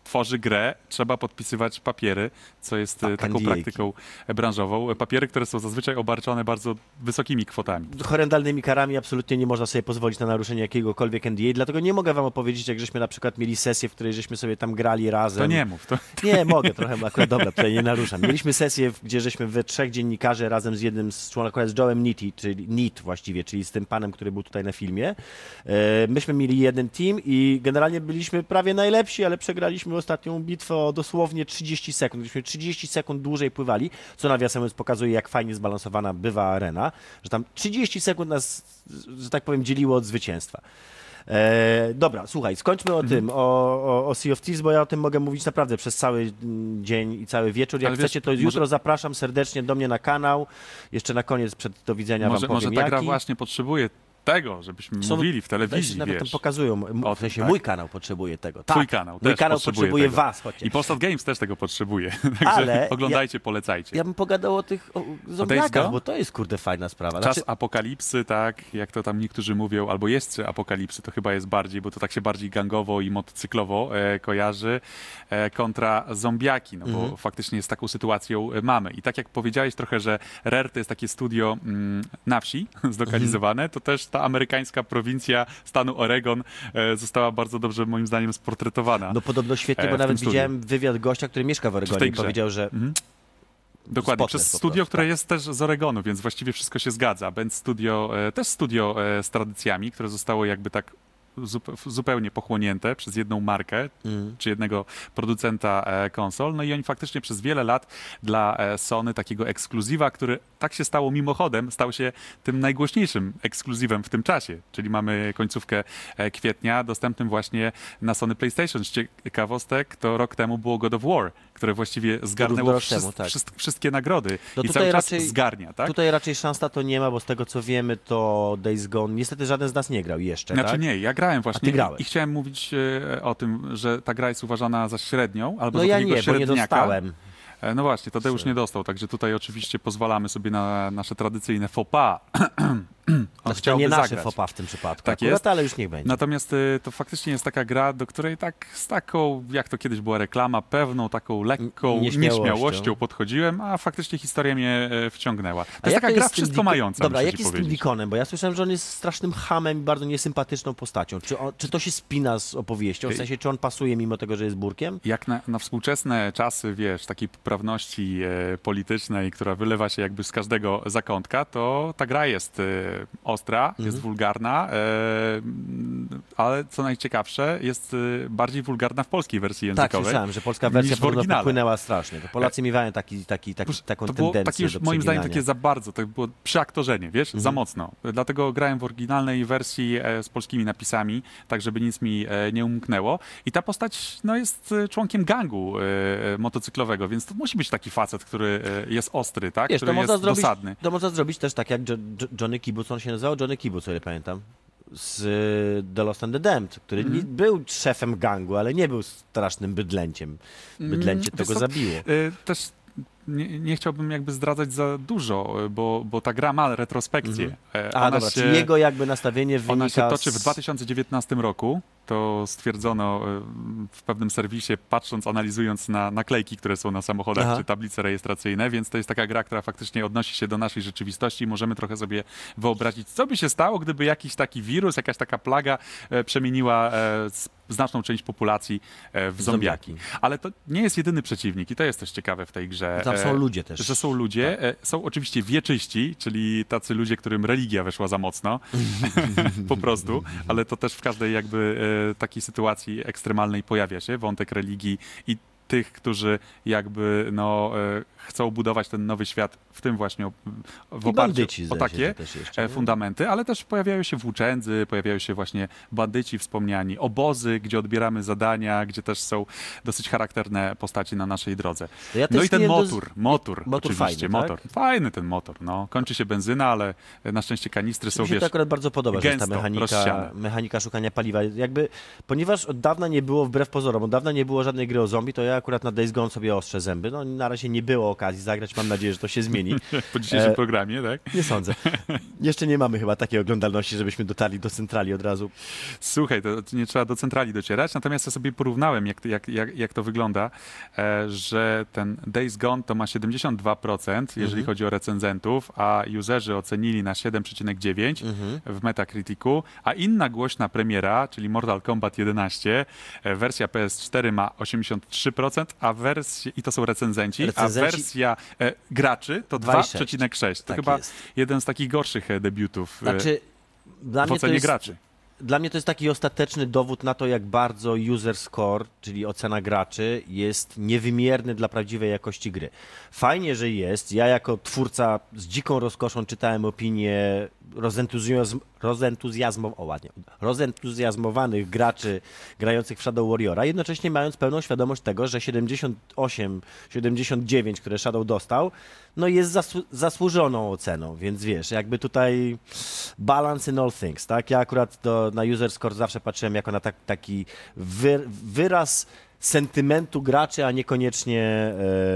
tworzy grę, trzeba podpisywać papiery, co jest taką NDA-ki. praktyką branżową. Papiery, które są zazwyczaj obarczone bardzo wysokimi kwotami. Horrendalnymi karami absolutnie nie można sobie pozwolić na naruszenie jakiegokolwiek NDA, dlatego nie mogę wam opowiedzieć, jak żeśmy na przykład mieli sesję, w której żeśmy sobie tam grali razem. To nie mów. To... Nie, mogę trochę, akurat dobra, tutaj nie naruszam. Mieliśmy sesję, gdzie żeśmy we 3 dziennikarzy razem z jednym z członków, z Joe'em Nitti, czyli Nit właściwie, czyli z tym panem, który był tutaj na filmie. Myśmy mieli jeden team i generalnie byliśmy prawie najlepsi, ale przegraliśmy ostatnią bitwę o dosłownie 30 sekund. Myśmy 30 sekund dłużej pływali, co nawiasem mówiąc pokazuje, jak fajnie zbalansowana bywa arena, że tam 30 sekund nas, że tak powiem, dzieliło od zwycięstwa. Dobra, słuchaj, skończmy o tym, o Sea of Thieves, bo ja o tym mogę mówić naprawdę przez cały dzień i cały wieczór. Jak Ale wiesz, chcecie, to może- jutro zapraszam serdecznie do mnie na kanał. Jeszcze na koniec, przed do widzenia Może, wam powiem, może ta gra jaki. właśnie potrzebuje tego, żebyśmy Są- mówili w telewizji, Nawet wiesz. tam pokazują, O w tym, sensie tak. mój kanał potrzebuje tego. Twój Tak, kanał mój też kanał potrzebuje potrzebuje tego. was, chodźcie. I Postat Games też tego potrzebuje. Także Ale oglądajcie, polecajcie. Ja bym pogadał o tych zombiakach, Gone? bo to jest kurde fajna sprawa. Czas Znaczy, apokalipsy, tak, jak to tam niektórzy mówią, albo jeszcze apokalipsy, to chyba jest bardziej, bo to tak się bardziej gangowo i motocyklowo kojarzy, kontra zombiaki, no bo faktycznie z taką sytuacją mamy. I tak jak powiedziałeś trochę, że Rare to jest takie studio na wsi zlokalizowane, to też ta amerykańska prowincja stanu Oregon została bardzo dobrze moim zdaniem sportretowana. no podobno świetnie, bo w nawet tym studiu. widziałem wywiad gościa, który mieszka w W Oregonie tej i grze. powiedział, że Dokładnie, Spotner przez po studio, prostu, które tak. jest też z Oregonu, więc właściwie wszystko się zgadza. Benz Studio, też studio z tradycjami, które zostało jakby tak zupełnie pochłonięte przez jedną markę, czy jednego producenta konsol. No i oni faktycznie przez wiele lat dla Sony takiego ekskluzywa, który tak się stało mimochodem, stał się tym najgłośniejszym ekskluzywem w tym czasie. Czyli mamy końcówkę kwietnia dostępnym właśnie na Sony PlayStation. Z ciekawostek to rok temu było God of War, które właściwie zgarnęło rok temu, tak. wszystkie nagrody No i tutaj cały czas raczej- zgarnia, tak? tutaj raczej szans na to nie ma, bo z tego co wiemy, to Days Gone, niestety żaden z nas nie grał jeszcze, Znaczy tak? nie, ja grałem właśnie ty grałeś. i chciałem mówić o tym, że ta gra jest uważana za średnią, albo No za ja takiego nie, bo nie średniaka. dostałem. No właśnie, Tadeusz nie dostał, także tutaj oczywiście pozwalamy sobie na nasze tradycyjne faux pas. On Znaczy, to chciałby nie nasze zagrać. faux pas w tym przypadku. Tak Akurat, jest. ale już niech będzie. Natomiast to faktycznie jest taka gra, do której tak z taką, jak to kiedyś była reklama, pewną taką lekką Nieśmiałością. nieśmiałością podchodziłem, a faktycznie historia mnie wciągnęła. To A jest jak taka to gra jest z tym wszystko mająca, Dobra, muszę jak ci jest z tym powiedzieć. Deaconem? Bo ja słyszałem, że on jest strasznym chamem i bardzo niesympatyczną postacią. Czy to się spina z opowieścią? W sensie, czy on pasuje mimo tego, że jest burkiem? Jak na współczesne czasy, wiesz, takiej poprawności politycznej, która wylewa się jakby z każdego zakątka, to ta gra jest ostra, jest wulgarna, ale co najciekawsze, jest bardziej wulgarna w polskiej wersji Tak, językowej. słyszałem, że polska wersja niż w podobno oryginale. popłynęła strasznie. To Polacy miewają taką To było tendencję takie już do moim zdaniem przeginania. takie za bardzo, to było przyaktorzenie, wiesz, za mocno. Dlatego grałem w oryginalnej wersji z polskimi napisami, tak żeby nic mi nie umknęło. I ta postać no, jest członkiem gangu motocyklowego, więc to musi być taki facet, który jest ostry, tak? Wiesz, który jest dosadny. to można zrobić też tak jak Johnny Kibbutz, on się nazywał Johnny Kibbutz, o ile pamiętam, z The Lost and the Damned, który był szefem gangu, ale nie był strasznym bydlęciem. Bydlęcie to Wiesz go co, zabiło. Też nie chciałbym jakby zdradzać za dużo, bo ta gra ma retrospekcję. A dobra, czyli jego jakby nastawienie wynika Ona się toczy w z... 2019 roku. To stwierdzono w pewnym serwisie, patrząc, analizując na naklejki, które są na samochodach, Aha. czy tablice rejestracyjne, więc to jest taka gra, która faktycznie odnosi się do naszej rzeczywistości i możemy trochę sobie wyobrazić, co by się stało, gdyby jakiś taki wirus, jakaś taka plaga przemieniła znaczną część populacji w zombiaki. Ale to nie jest jedyny przeciwnik i to jest też ciekawe w tej grze. Tam są ludzie też. Że są ludzie. Są oczywiście wieczyści, czyli tacy ludzie, którym religia weszła za mocno. Po prostu. Ale to też w każdej jakby takiej sytuacji ekstremalnej pojawia się wątek religii i tych, którzy jakby no, chcą budować ten nowy świat, w tym właśnie w I oparciu bandyci, o zdaje się, takie że też jeszcze, nie? fundamenty, ale też pojawiają się włóczędzy, pojawiają się właśnie bandyci wspomniani, obozy, gdzie odbieramy zadania, gdzie też są dosyć charakterne postaci na naszej drodze. To ja No też i ten nie motor oczywiście, fajny, motor. tak? Fajny ten motor, no. Kończy się benzyna, ale na szczęście kanistry są, Mi się wiesz, to akurat bardzo podoba, że jest ta gęsto rozsiane. mechanika szukania paliwa. Jakby, ponieważ od dawna nie było, wbrew pozorom, od dawna nie było żadnej gry o zombie, to ja akurat na Days Gone sobie ostrzę zęby. No na razie nie było okazji zagrać, mam nadzieję, że to się zmieni. Po dzisiejszym programie, tak? Nie sądzę. Jeszcze nie mamy chyba takiej oglądalności, żebyśmy dotarli do centrali od razu. Słuchaj, to nie trzeba do centrali docierać, natomiast ja sobie porównałem, jak to wygląda, że ten Days Gone to ma 72%, jeżeli chodzi o recenzentów, a userzy ocenili na 7,9 w Metacriticu, a inna głośna premiera, czyli Mortal Kombat 11, wersja PS4 ma 83%, i to są recenzenci, a wersja graczy to 2,6. To Tak chyba jest. jeden z takich gorszych debiutów Znaczy, dla w mnie to ocenie jest... graczy. Dla mnie to jest taki ostateczny dowód na to, jak bardzo user score, czyli ocena graczy, jest niewymierny dla prawdziwej jakości gry. Fajnie, że jest. Ja jako twórca z dziką rozkoszą czytałem opinie rozentuzjazmowanych graczy grających w Shadow Warriora, jednocześnie mając pełną świadomość tego, że 78, 79, które Shadow dostał, no jest zasłużoną oceną, więc wiesz, jakby tutaj balance in all things, tak? Ja akurat na user score zawsze patrzyłem jako na taki wyraz sentymentu graczy, a niekoniecznie...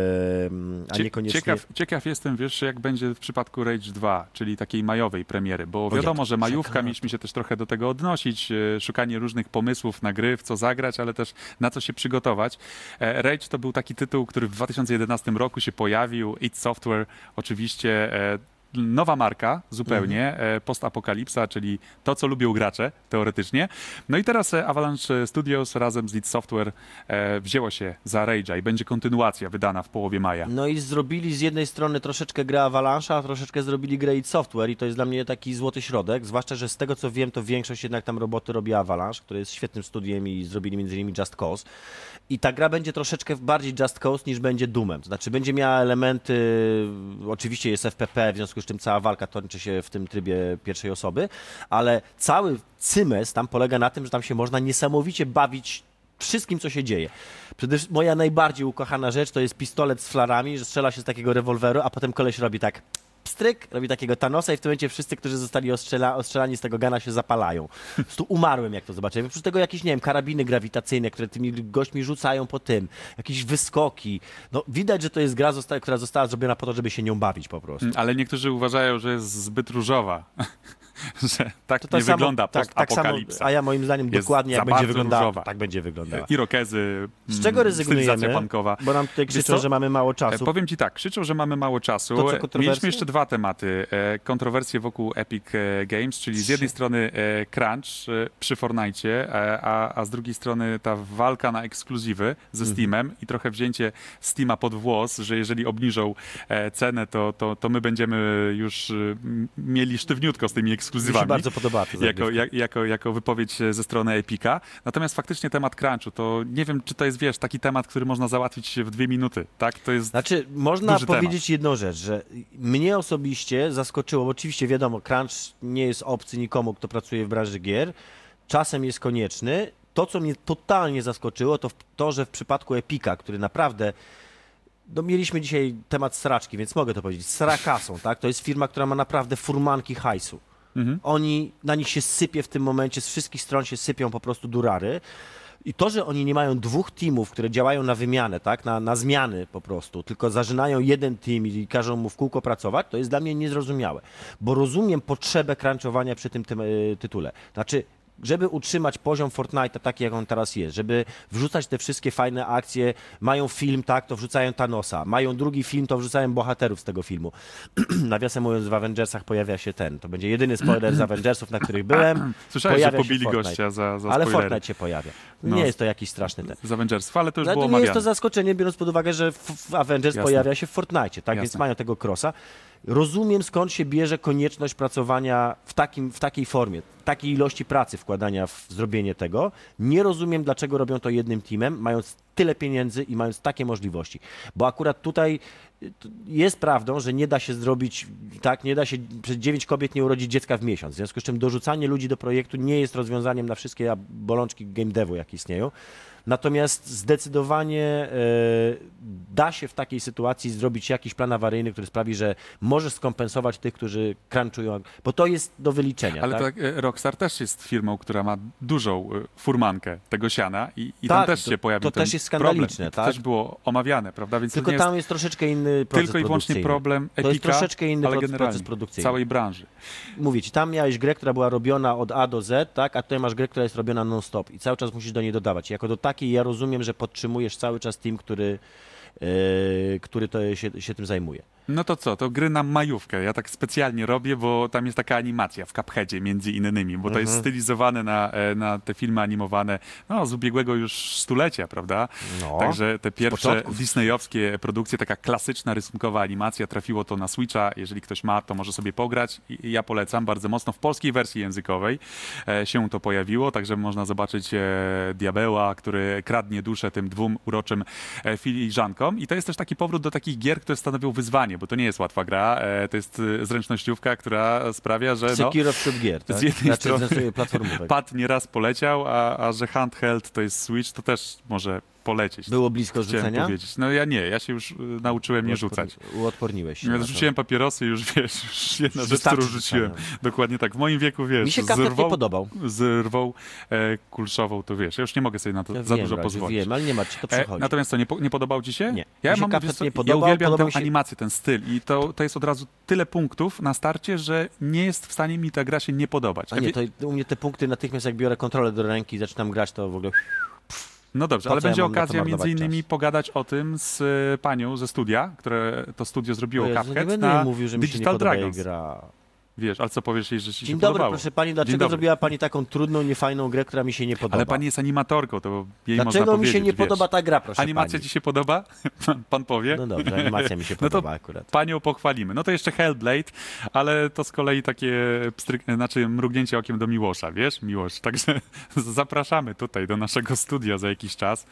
Ciekaw jestem, wiesz, jak będzie w przypadku Rage 2, czyli takiej majowej premiery, bo wiadomo, że majówka, mieliśmy się też trochę do tego odnosić, szukanie różnych pomysłów na gry, w co zagrać, ale też na co się przygotować. Rage to był taki tytuł, który w 2011 roku się pojawił, id Software oczywiście... Nowa marka zupełnie, postapokalipsa, czyli to, co lubią gracze, teoretycznie. No i teraz Avalanche Studios razem z id Software wzięło się za Rage'a i będzie kontynuacja wydana w połowie maja. No i zrobili z jednej strony troszeczkę grę Avalanche'a, a troszeczkę zrobili grę id Software i to jest dla mnie taki złoty środek, zwłaszcza, że z tego co wiem, to większość jednak tam roboty robi Avalanche, który jest świetnym studiem i zrobili m.in. Just Cause. I ta gra będzie troszeczkę bardziej Just Cause niż będzie Doomem. To znaczy będzie miała elementy, oczywiście jest FPP, w związku z czym cała walka toczy się w tym trybie pierwszej osoby, ale cały cymes tam polega na tym, że tam się można niesamowicie bawić wszystkim, co się dzieje. Przede wszystkim moja najbardziej ukochana rzecz to jest pistolet z flarami, że strzela się z takiego rewolweru, a potem koleś robi tak pstryk, robi takiego Thanosa i w tym momencie wszyscy, którzy zostali ostrzelani z tego gana, się zapalają. Po prostu umarłem, jak to zobaczyłem. Oprócz tego jakieś, nie wiem, karabiny grawitacyjne, które tymi gośćmi rzucają po tym, jakieś wyskoki. No widać, że to jest gra, która została zrobiona po to, żeby się nią bawić po prostu. Ale niektórzy uważają, że jest zbyt różowa. Że tak to nie samo, wygląda postapokalipsa. Tak, a ja moim zdaniem Jest dokładnie jak za będzie bardzo wyglądała. różowa. Tak będzie wyglądała. Irokezy, Z czego rezygnujemy? stylizacja punkowa. Bo nam tutaj Wiesz krzyczą, co? że mamy mało czasu. Powiem ci tak, krzyczą, że mamy mało czasu. To co, kontrowersje? Mieliśmy jeszcze dwa tematy. Kontrowersje wokół Epic Games, czyli z jednej strony crunch przy Fortnite'cie, a z drugiej strony ta walka na ekskluzywy ze Steamem i trochę wzięcie Steama pod włos, że jeżeli obniżą cenę, to my będziemy już mieli sztywniutko z tymi ekskluzywami. Mi się bardzo podoba to jako wypowiedź ze strony Epica. Natomiast faktycznie temat crunchu, to nie wiem, czy to jest, wiesz, taki temat, który można załatwić w 2 minuty, tak? To jest Znaczy, można duży powiedzieć temat. jedną rzecz, że mnie osobiście zaskoczyło, bo oczywiście wiadomo, crunch nie jest obcy nikomu, kto pracuje w branży gier, czasem jest konieczny. To, co mnie totalnie zaskoczyło, to, że w przypadku Epica, który naprawdę no mieliśmy dzisiaj temat sraczki, więc mogę to powiedzieć, srakasą, tak? To jest firma, która ma naprawdę furmanki hajsu. Na nich się sypie w tym momencie, z wszystkich stron się sypią po prostu durary. I to, że oni nie mają 2 teamów, które działają na wymianę, tak, na zmiany po prostu, tylko zażynają jeden team i każą mu w kółko pracować, to jest dla mnie niezrozumiałe. Bo rozumiem potrzebę crunchowania przy tym tytule. Znaczy, żeby utrzymać poziom Fortnite'a taki, jak on teraz jest, żeby wrzucać te wszystkie fajne akcje, mają film, tak, to wrzucają Thanosa, mają drugi film, to wrzucają bohaterów z tego filmu. Nawiasem mówiąc, w Avengersach pojawia się to będzie jedyny spoiler z Avengersów, na których byłem. Słyszałeś, że Pojawia się pobili Fortnite. gościa za Ale spoilery. Fortnite się pojawia. No. Nie jest to jakiś straszny ten. Z Avengersów, ale to już No, było to nie jest to omawiane. zaskoczenie, biorąc pod uwagę, że w Avengers Jasne. pojawia się w Fortnite, tak? Więc Jasne. mają tego crossa. Rozumiem, skąd się bierze konieczność pracowania w takiej formie, takiej ilości pracy wkładania w zrobienie tego. Nie rozumiem, dlaczego robią to jednym teamem, mając tyle pieniędzy i mając takie możliwości. Bo akurat tutaj jest prawdą, że nie da się zrobić, tak, nie da się przez 9 kobiet nie urodzić dziecka w miesiąc. W związku z czym dorzucanie ludzi do projektu nie jest rozwiązaniem na wszystkie bolączki game devu, jakie istnieją. Natomiast zdecydowanie da się w takiej sytuacji zrobić jakiś plan awaryjny, który sprawi, że możesz skompensować tych, którzy crunchują, bo to jest do wyliczenia. Ale tak? tak, Rockstar też jest firmą, która ma dużą furmankę tego siana i tam Tak, też się pojawił to ten też jest skandaliczne, To tak? też było omawiane, prawda? Więc Tylko to nie jest tam jest troszeczkę inny proces tylko i wyłącznie produkcyjny. problem To jest Epika, troszeczkę inny ale proces generalnie produkcyjny. całej branży. Mówię ci, tam miałeś grę, która była robiona od A do Z, tak? A tutaj masz grę, która jest robiona non-stop i cały czas musisz do niej dodawać. Jako do takiej ja rozumiem, że podtrzymujesz cały czas team, który to się tym zajmuje. No to co, to gry na majówkę. Ja tak specjalnie robię, bo tam jest taka animacja w Cupheadzie między innymi, bo to jest stylizowane na te filmy animowane z ubiegłego już stulecia, prawda? No, Także te pierwsze początków. disneyowskie produkcje, taka klasyczna rysunkowa animacja, trafiło to na Switcha. Jeżeli ktoś ma, to może sobie pograć. I ja polecam bardzo mocno. W polskiej wersji językowej się to pojawiło, także można zobaczyć diabeła, który kradnie duszę tym dwóm uroczym filiżankom. I to jest też taki powrót do takich gier, które stanowią wyzwanie, bo to nie jest łatwa gra. To jest zręcznościówka, która sprawia, że Sekiro wśród gier, tak? z jednej strony platformówek. pad nieraz poleciał, a że handheld to jest Switch, to też może polecieć. Było blisko Chciałem zrzucenia? powiedzieć. No ja nie, ja się już nauczyłem nie rzucać. Uodporniłeś się. Ja na to. rzuciłem papierosy, już wiesz, już jedna Już rzecz, którą wystarczy rzuciłem. rzucania. Dokładnie tak. W moim wieku, wiesz, Mi się Cuphead nie podobał. z rwą kulszową, to wiesz, ja już nie mogę sobie na to Ja za wiem, dużo Radziu, pozwolić. Wiem, ale nie ma, ci to przychodzi. Natomiast co, nie podobał ci się? Nie. Ja Mi się mam, Cuphead wiesz co, nie ja podobał, uwielbiam podobał tę mi się- animację, ten styl i to jest od razu tyle punktów na starcie, że nie jest w stanie mi ta gra się nie podobać. A nie, to u mnie te punkty natychmiast jak biorę kontrolę do ręki i zaczynam grać, to w ogóle... No dobrze, Po ale co ja będzie mam na to okazja marnować między innymi czas? pogadać o tym z panią ze studia, które to studio zrobiło O Jezu, Cuphead nie będę na jej mówił, że mi się nie Digital podoba jej Dragons. gra. Wiesz, ale co powiesz jej, że ci Dzień się dobry, podobało? proszę pani, Dzień dlaczego dobry. zrobiła pani taką trudną, niefajną grę, która mi się nie podoba? Ale pani jest animatorką, to jej można Dlaczego mi powiedzieć, się nie wiesz. podoba ta gra, proszę Animacja pani? ci się podoba? Pan powie? No dobrze, animacja mi się No to podoba akurat. Panią pochwalimy. No to jeszcze Hellblade, ale to z kolei takie mrugnięcie okiem do Miłosza, wiesz? Miłosz. Także zapraszamy tutaj do naszego studia za jakiś czas.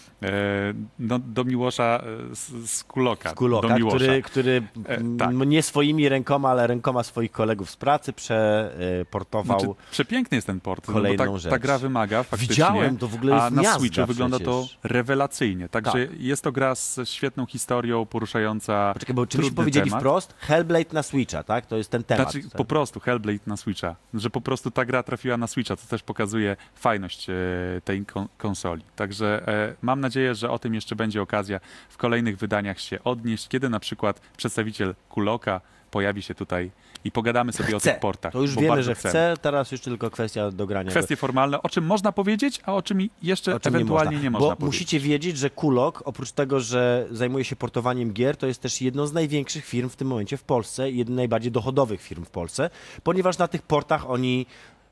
Do Miłosza z Kuloka. Kuloka, do Miłosza. który tak. nie swoimi rękoma, ale rękoma swoich kolegów z pracy przeportował. Znaczy, przepiękny jest ten port, kolejną bo ta rzecz. gra wymaga faktycznie. Widziałem, to w ogóle jest a na miazga Switchu wygląda to przecież. rewelacyjnie. Także Tak. jest to gra z świetną historią, poruszająca Poczekaj, bo czymś trudny powiedzieli temat. wprost? Hellblade na Switcha, tak? To jest ten temat. Znaczy po prostu Hellblade na Switcha, że po prostu ta gra trafiła na Switcha, to też pokazuje fajność tej konsoli. Także mam nadzieję, że o tym jeszcze będzie okazja w kolejnych wydaniach się odnieść, kiedy na przykład przedstawiciel Kuloka pojawi się tutaj i pogadamy sobie o tych portach. To już bo wiemy, bardzo że chcemy. chce, teraz już tylko kwestia dogrania. Kwestie formalne, o czym można powiedzieć, a o czym jeszcze O czym ewentualnie nie można Bo powiedzieć. musicie wiedzieć, że Kulok, oprócz tego, że zajmuje się portowaniem gier, to jest też jedną z największych firm w tym momencie w Polsce i jedną z najbardziej dochodowych firm w Polsce, ponieważ na tych portach oni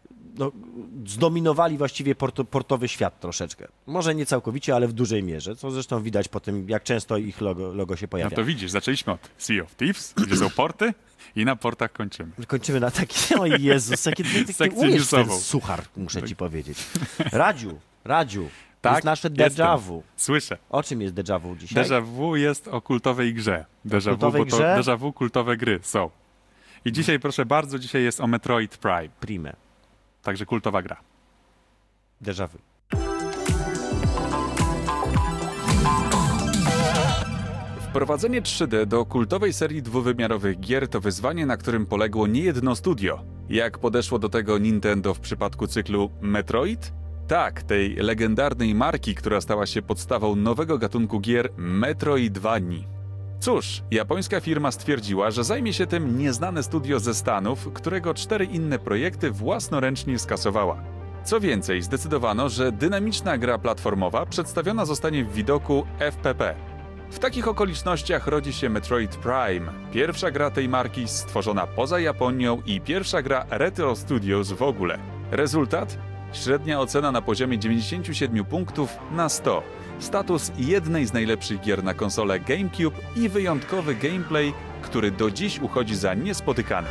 zdominowali właściwie portowy świat troszeczkę. Może nie całkowicie, ale w dużej mierze, co zresztą widać po tym, jak często ich logo się No pojawia. to widzisz, zaczęliśmy od Sea of Thieves, gdzie są porty i na portach kończymy. Kończymy na taki, o Jezus, jaki ty Sekcję umiesz ten newsową. suchar, muszę ci powiedzieć. Radziu, to Tak, jest nasze jestem. déjà vu. Słyszę. O czym jest déjà vu dzisiaj? Déjà vu jest o kultowej grze. Déjà vu, kultowej bo to grze? déjà vu kultowe gry są. I dzisiaj, proszę bardzo, dzisiaj jest o Metroid Prime. Prime. Także kultowa gra. Déjà vu. Wprowadzenie 3D do kultowej serii dwuwymiarowych gier to wyzwanie, na którym poległo niejedno studio. Jak podeszło do tego Nintendo w przypadku cyklu Metroid? Tak, tej legendarnej marki, która stała się podstawą nowego gatunku gier Metroidvanii. Cóż, japońska firma stwierdziła, że zajmie się tym nieznane studio ze Stanów, którego 4 inne projekty własnoręcznie skasowała. Co więcej, zdecydowano, że dynamiczna gra platformowa przedstawiona zostanie w widoku FPP. W takich okolicznościach rodzi się Metroid Prime, pierwsza gra tej marki stworzona poza Japonią i pierwsza gra Retro Studios w ogóle. Rezultat? Średnia ocena na poziomie 97 punktów na 100. Status jednej z najlepszych gier na konsolę GameCube i wyjątkowy gameplay, który do dziś uchodzi za niespotykany.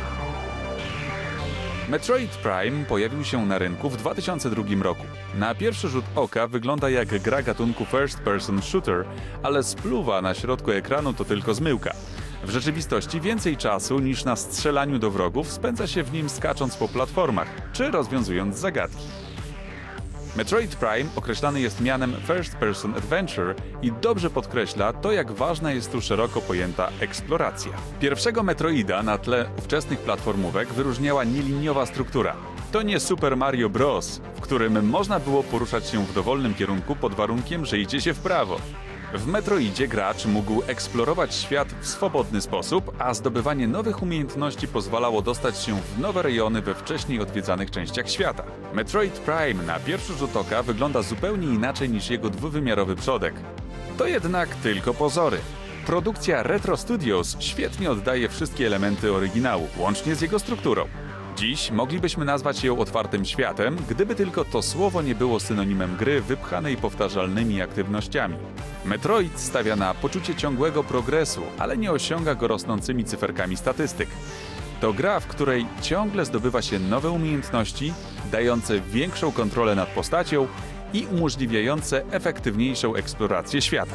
Metroid Prime pojawił się na rynku w 2002 roku. Na pierwszy rzut oka wygląda jak gra gatunku first person shooter, ale spluwa na środku ekranu to tylko zmyłka. W rzeczywistości więcej czasu niż na strzelaniu do wrogów spędza się w nim skacząc po platformach, czy rozwiązując zagadki. Metroid Prime określany jest mianem First Person Adventure i dobrze podkreśla to, jak ważna jest tu szeroko pojęta eksploracja. Pierwszego Metroida na tle ówczesnych platformówek wyróżniała nieliniowa struktura. To nie Super Mario Bros., w którym można było poruszać się w dowolnym kierunku pod warunkiem, że idzie się w prawo. W Metroidzie gracz mógł eksplorować świat w swobodny sposób, a zdobywanie nowych umiejętności pozwalało dostać się w nowe rejony we wcześniej odwiedzanych częściach świata. Metroid Prime na pierwszy rzut oka wygląda zupełnie inaczej niż jego dwuwymiarowy przodek. To jednak tylko pozory. Produkcja Retro Studios świetnie oddaje wszystkie elementy oryginału, łącznie z jego strukturą. Dziś moglibyśmy nazwać ją otwartym światem, gdyby tylko to słowo nie było synonimem gry wypchanej powtarzalnymi aktywnościami. Metroid stawia na poczucie ciągłego progresu, ale nie osiąga go rosnącymi cyferkami statystyk. To gra, w której ciągle zdobywa się nowe umiejętności, dające większą kontrolę nad postacią i umożliwiające efektywniejszą eksplorację świata.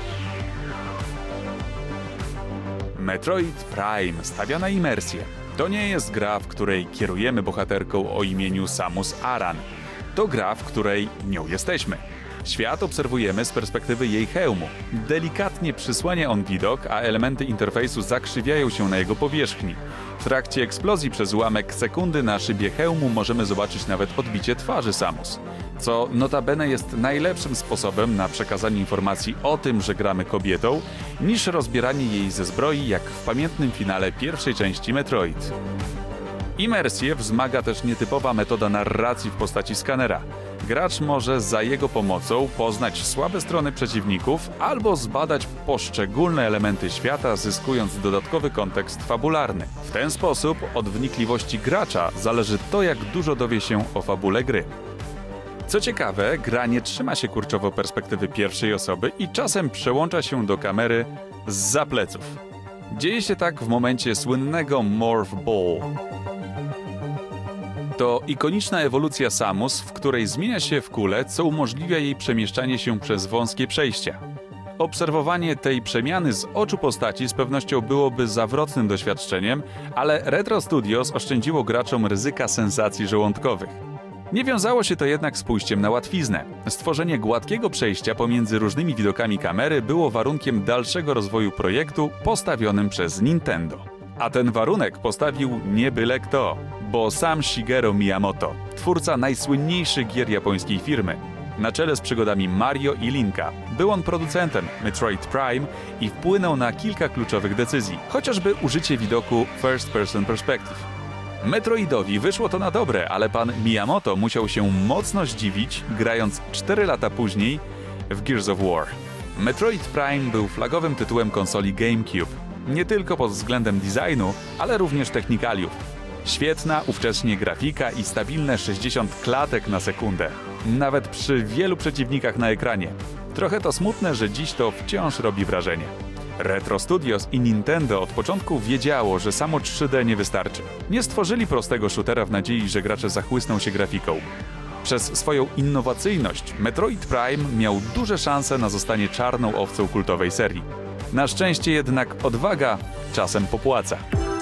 Metroid Prime stawia na imersję. To nie jest gra, w której kierujemy bohaterką o imieniu Samus Aran. To gra, w której nią jesteśmy. Świat obserwujemy z perspektywy jej hełmu. Delikatnie przysłania on widok, a elementy interfejsu zakrzywiają się na jego powierzchni. W trakcie eksplozji przez ułamek sekundy na szybie hełmu możemy zobaczyć nawet odbicie twarzy Samus, co notabene jest najlepszym sposobem na przekazanie informacji o tym, że gramy kobietą, niż rozbieranie jej ze zbroi, jak w pamiętnym finale pierwszej części Metroid. Imersję wzmaga też nietypowa metoda narracji w postaci skanera. Gracz może za jego pomocą poznać słabe strony przeciwników albo zbadać poszczególne elementy świata, zyskując dodatkowy kontekst fabularny. W ten sposób od wnikliwości gracza zależy to, jak dużo dowie się o fabule gry. Co ciekawe, gra nie trzyma się kurczowo perspektywy pierwszej osoby i czasem przełącza się do kamery zza pleców. Dzieje się tak w momencie słynnego Morph Ball. To ikoniczna ewolucja Samus, w której zmienia się w kulę, co umożliwia jej przemieszczanie się przez wąskie przejścia. Obserwowanie tej przemiany z oczu postaci z pewnością byłoby zawrotnym doświadczeniem, ale Retro Studios oszczędziło graczom ryzyka sensacji żołądkowych. Nie wiązało się to jednak z pójściem na łatwiznę. Stworzenie gładkiego przejścia pomiędzy różnymi widokami kamery było warunkiem dalszego rozwoju projektu postawionym przez Nintendo. A ten warunek postawił nie byle kto, bo sam Shigeru Miyamoto, twórca najsłynniejszych gier japońskiej firmy. Na czele z przygodami Mario i Linka, był on producentem Metroid Prime i wpłynął na kilka kluczowych decyzji, chociażby użycie widoku First Person Perspective. Metroidowi wyszło to na dobre, ale pan Miyamoto musiał się mocno zdziwić, grając 4 lata później w Gears of War. Metroid Prime był flagowym tytułem konsoli GameCube. Nie tylko pod względem designu, ale również technikaliów. Świetna ówcześnie grafika i stabilne 60 klatek na sekundę. Nawet przy wielu przeciwnikach na ekranie. Trochę to smutne, że dziś to wciąż robi wrażenie. Retro Studios i Nintendo od początku wiedziało, że samo 3D nie wystarczy. Nie stworzyli prostego shootera w nadziei, że gracze zachłysną się grafiką. Przez swoją innowacyjność Metroid Prime miał duże szanse na zostanie czarną owcą kultowej serii. Na szczęście jednak odwaga czasem popłaca.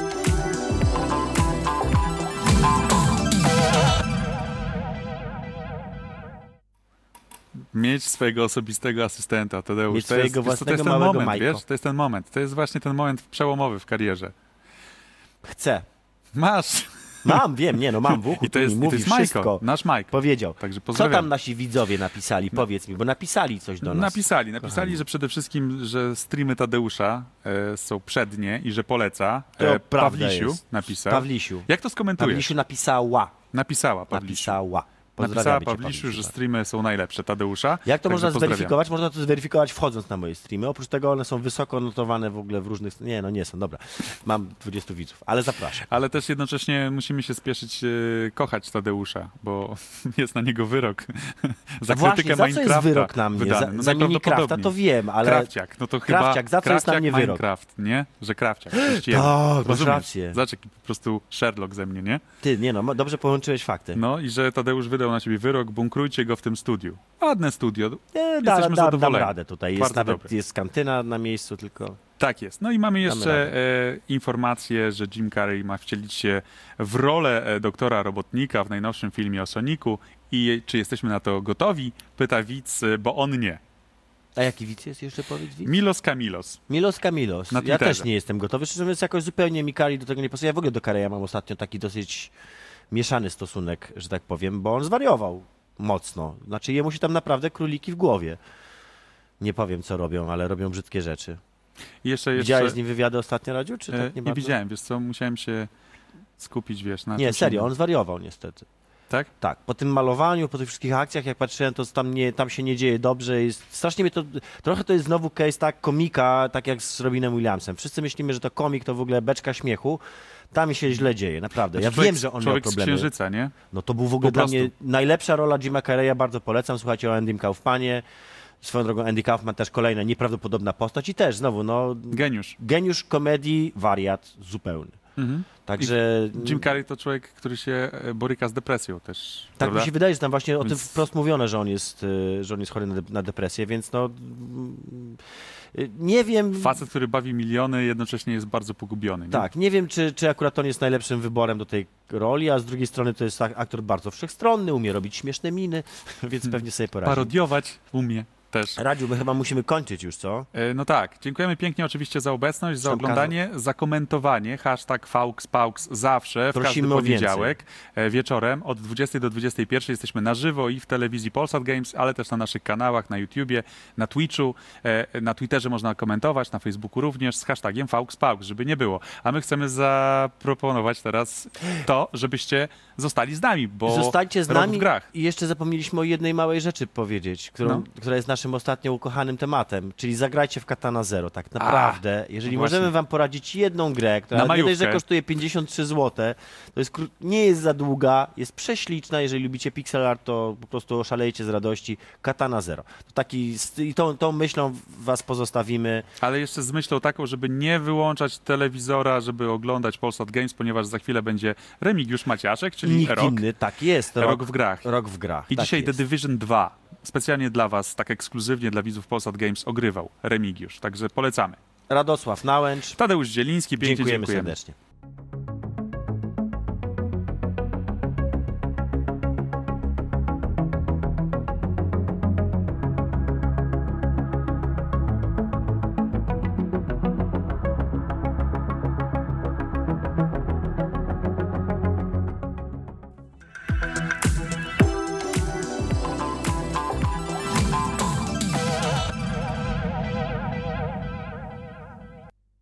Mieć swojego osobistego asystenta, Tadeusz. Mieć to jest, swojego własnego to jest ten małego moment, Majko. wiesz? To jest ten moment. To jest właśnie ten moment przełomowy w karierze. Chcę. Masz! Mam, wiem, nie no, mam w uchu, I to jest, tu mi mówi Majko, wszystko. nasz Majko. Powiedział. Także Co pozdrawiam. tam nasi widzowie napisali? Powiedz mi, bo napisali coś do nas. Napisali, kochani. że przede wszystkim, że streamy Tadeusza są przednie i że poleca. To prawda Pawlisiu jest. napisał. Pawlisiu. Jak to skomentujesz? Pawlisiu napisała. Napisała Pawlisiu. Napisała. Napisała Pozdrawiamy cię, Pawlisiu, że streamy są najlepsze Tadeusza. Jak to Także można pozdrawiam. zweryfikować? Można to zweryfikować wchodząc na moje streamy. Oprócz tego one są wysoko notowane w ogóle w różnych... Nie, no nie są, dobra. Mam 20 widzów, ale zapraszam. Ale też jednocześnie musimy się spieszyć kochać Tadeusza, bo jest na niego wyrok za Właśnie, krytykę za co Minecrafta jest wyrok na mnie? wydany. No za Minecrafta najprawdopodobniej. to wiem, ale... Krawciak, no to chyba Krawciak, za co jest na mnie wyrok? Minecraft, nie? Że Krawciak. Tak, masz rację. Zobacz, jaki po prostu Sherlock ze mnie, nie? Ty, nie no, dobrze połączyłeś fakty. No i że Tadeusz wydał na ciebie wyrok, bunkrujcie go w tym studiu. Ładne studio. Nie, Jesteśmy dam zadowoleni. radę tutaj. Jest Bardzo nawet dobre. jest kantyna na miejscu, tylko... Tak jest. No i mamy jeszcze radę. informację, że Jim Carrey ma wcielić się w rolę doktora Robotnika w najnowszym filmie o Sonicu i czy jesteśmy na to gotowi? Pyta widz, bo on nie. A jaki widz jest? Jeszcze powiedz widz? Milos Kamilos. Milos Kamilos. Na Ja Twitterze. też nie jestem gotowy, szczerze mówiąc jakoś zupełnie mi Carrey do tego nie pasuje. Ja w ogóle do Carreya mam ostatnio taki dosyć mieszany stosunek, że tak powiem, bo on zwariował mocno. Znaczy jemu się tam naprawdę króliki w głowie. Nie powiem, co robią, ale robią brzydkie rzeczy. I jeszcze Widziałeś z nim wywiady ostatnio, Radziu, czy tak nie nie bardzo? widziałem, wiesz co, musiałem się skupić, wiesz, na Nie, czymś serio, innym. on zwariował niestety. Tak? Tak, po tym malowaniu, po tych wszystkich akcjach, jak patrzyłem, to tam się nie dzieje dobrze. Strasznie mnie to, trochę to jest znowu case tak komika, tak jak z Robinem Williamsem. Wszyscy myślimy, że to komik to w ogóle beczka śmiechu. Tam się źle dzieje, naprawdę. Ja Znaczy, wiem, że on miał człowiek z problemy. Księżyca, nie? No to był w ogóle Po dla prostu. mnie najlepsza rola Jima Carreya, bardzo polecam. Słuchajcie o Andym Kaufmanie. Swoją drogą Andy Kaufman też kolejna nieprawdopodobna postać i też znowu, no, Geniusz. geniusz komedii, wariat zupełny. Mhm. Także Jim Carrey to człowiek, który się boryka z depresją też, tak prawda? mi się wydaje, że tam właśnie o tym Więc- wprost mówiono, że on jest chory na depresję, więc no nie wiem. Facet, który bawi miliony, jednocześnie jest bardzo pogubiony. Nie? Tak, nie wiem, czy akurat on jest najlepszym wyborem do tej roli, a z drugiej strony to jest aktor bardzo wszechstronny, umie robić śmieszne miny, więc pewnie sobie poradzi. Parodiować umie też. Radziu, my chyba musimy kończyć już, co? No tak, dziękujemy pięknie oczywiście za obecność, za Sam oglądanie, za komentowanie. Hashtag FauxPaux zawsze w Prosimy każdy o więcej. poniedziałek wieczorem od 20 do 21 jesteśmy na żywo i w telewizji Polsat Games, ale też na naszych kanałach, na YouTubie, na Twitchu, na Twitterze można komentować, na Facebooku również z hashtagiem FauxPaux, żeby nie było. A my chcemy zaproponować teraz to, żebyście zostali z nami, bo Zostańcie z rok nami w grach. i jeszcze zapomnieliśmy o jednej małej rzeczy powiedzieć, która jest naszym ostatnio ukochanym tematem, czyli zagrajcie w Katana Zero. Tak naprawdę, jeżeli no właśnie. możemy wam poradzić jedną grę, która Na nie dość, że majówkę. kosztuje 53 zł, to jest nie jest za długa, jest prześliczna, jeżeli lubicie pixel art, to po prostu oszalejcie z radości. Katana Zero. To taki, i tą myślą was pozostawimy. Ale jeszcze z myślą taką, żeby nie wyłączać telewizora, żeby oglądać Polsat Games, ponieważ za chwilę będzie Remigiusz Maciaszek, czyli Nikt rok, inny, tak jest. rok w grach. Rok w grach. I tak dzisiaj jest. The Division 2 specjalnie dla was, tak ekskluzywnie dla widzów Polsat Games ogrywał Remigiusz, także polecamy. Radosław Nałęcz. Tadeusz Zieliński, pięknie Dziękujemy dziękujemy. serdecznie.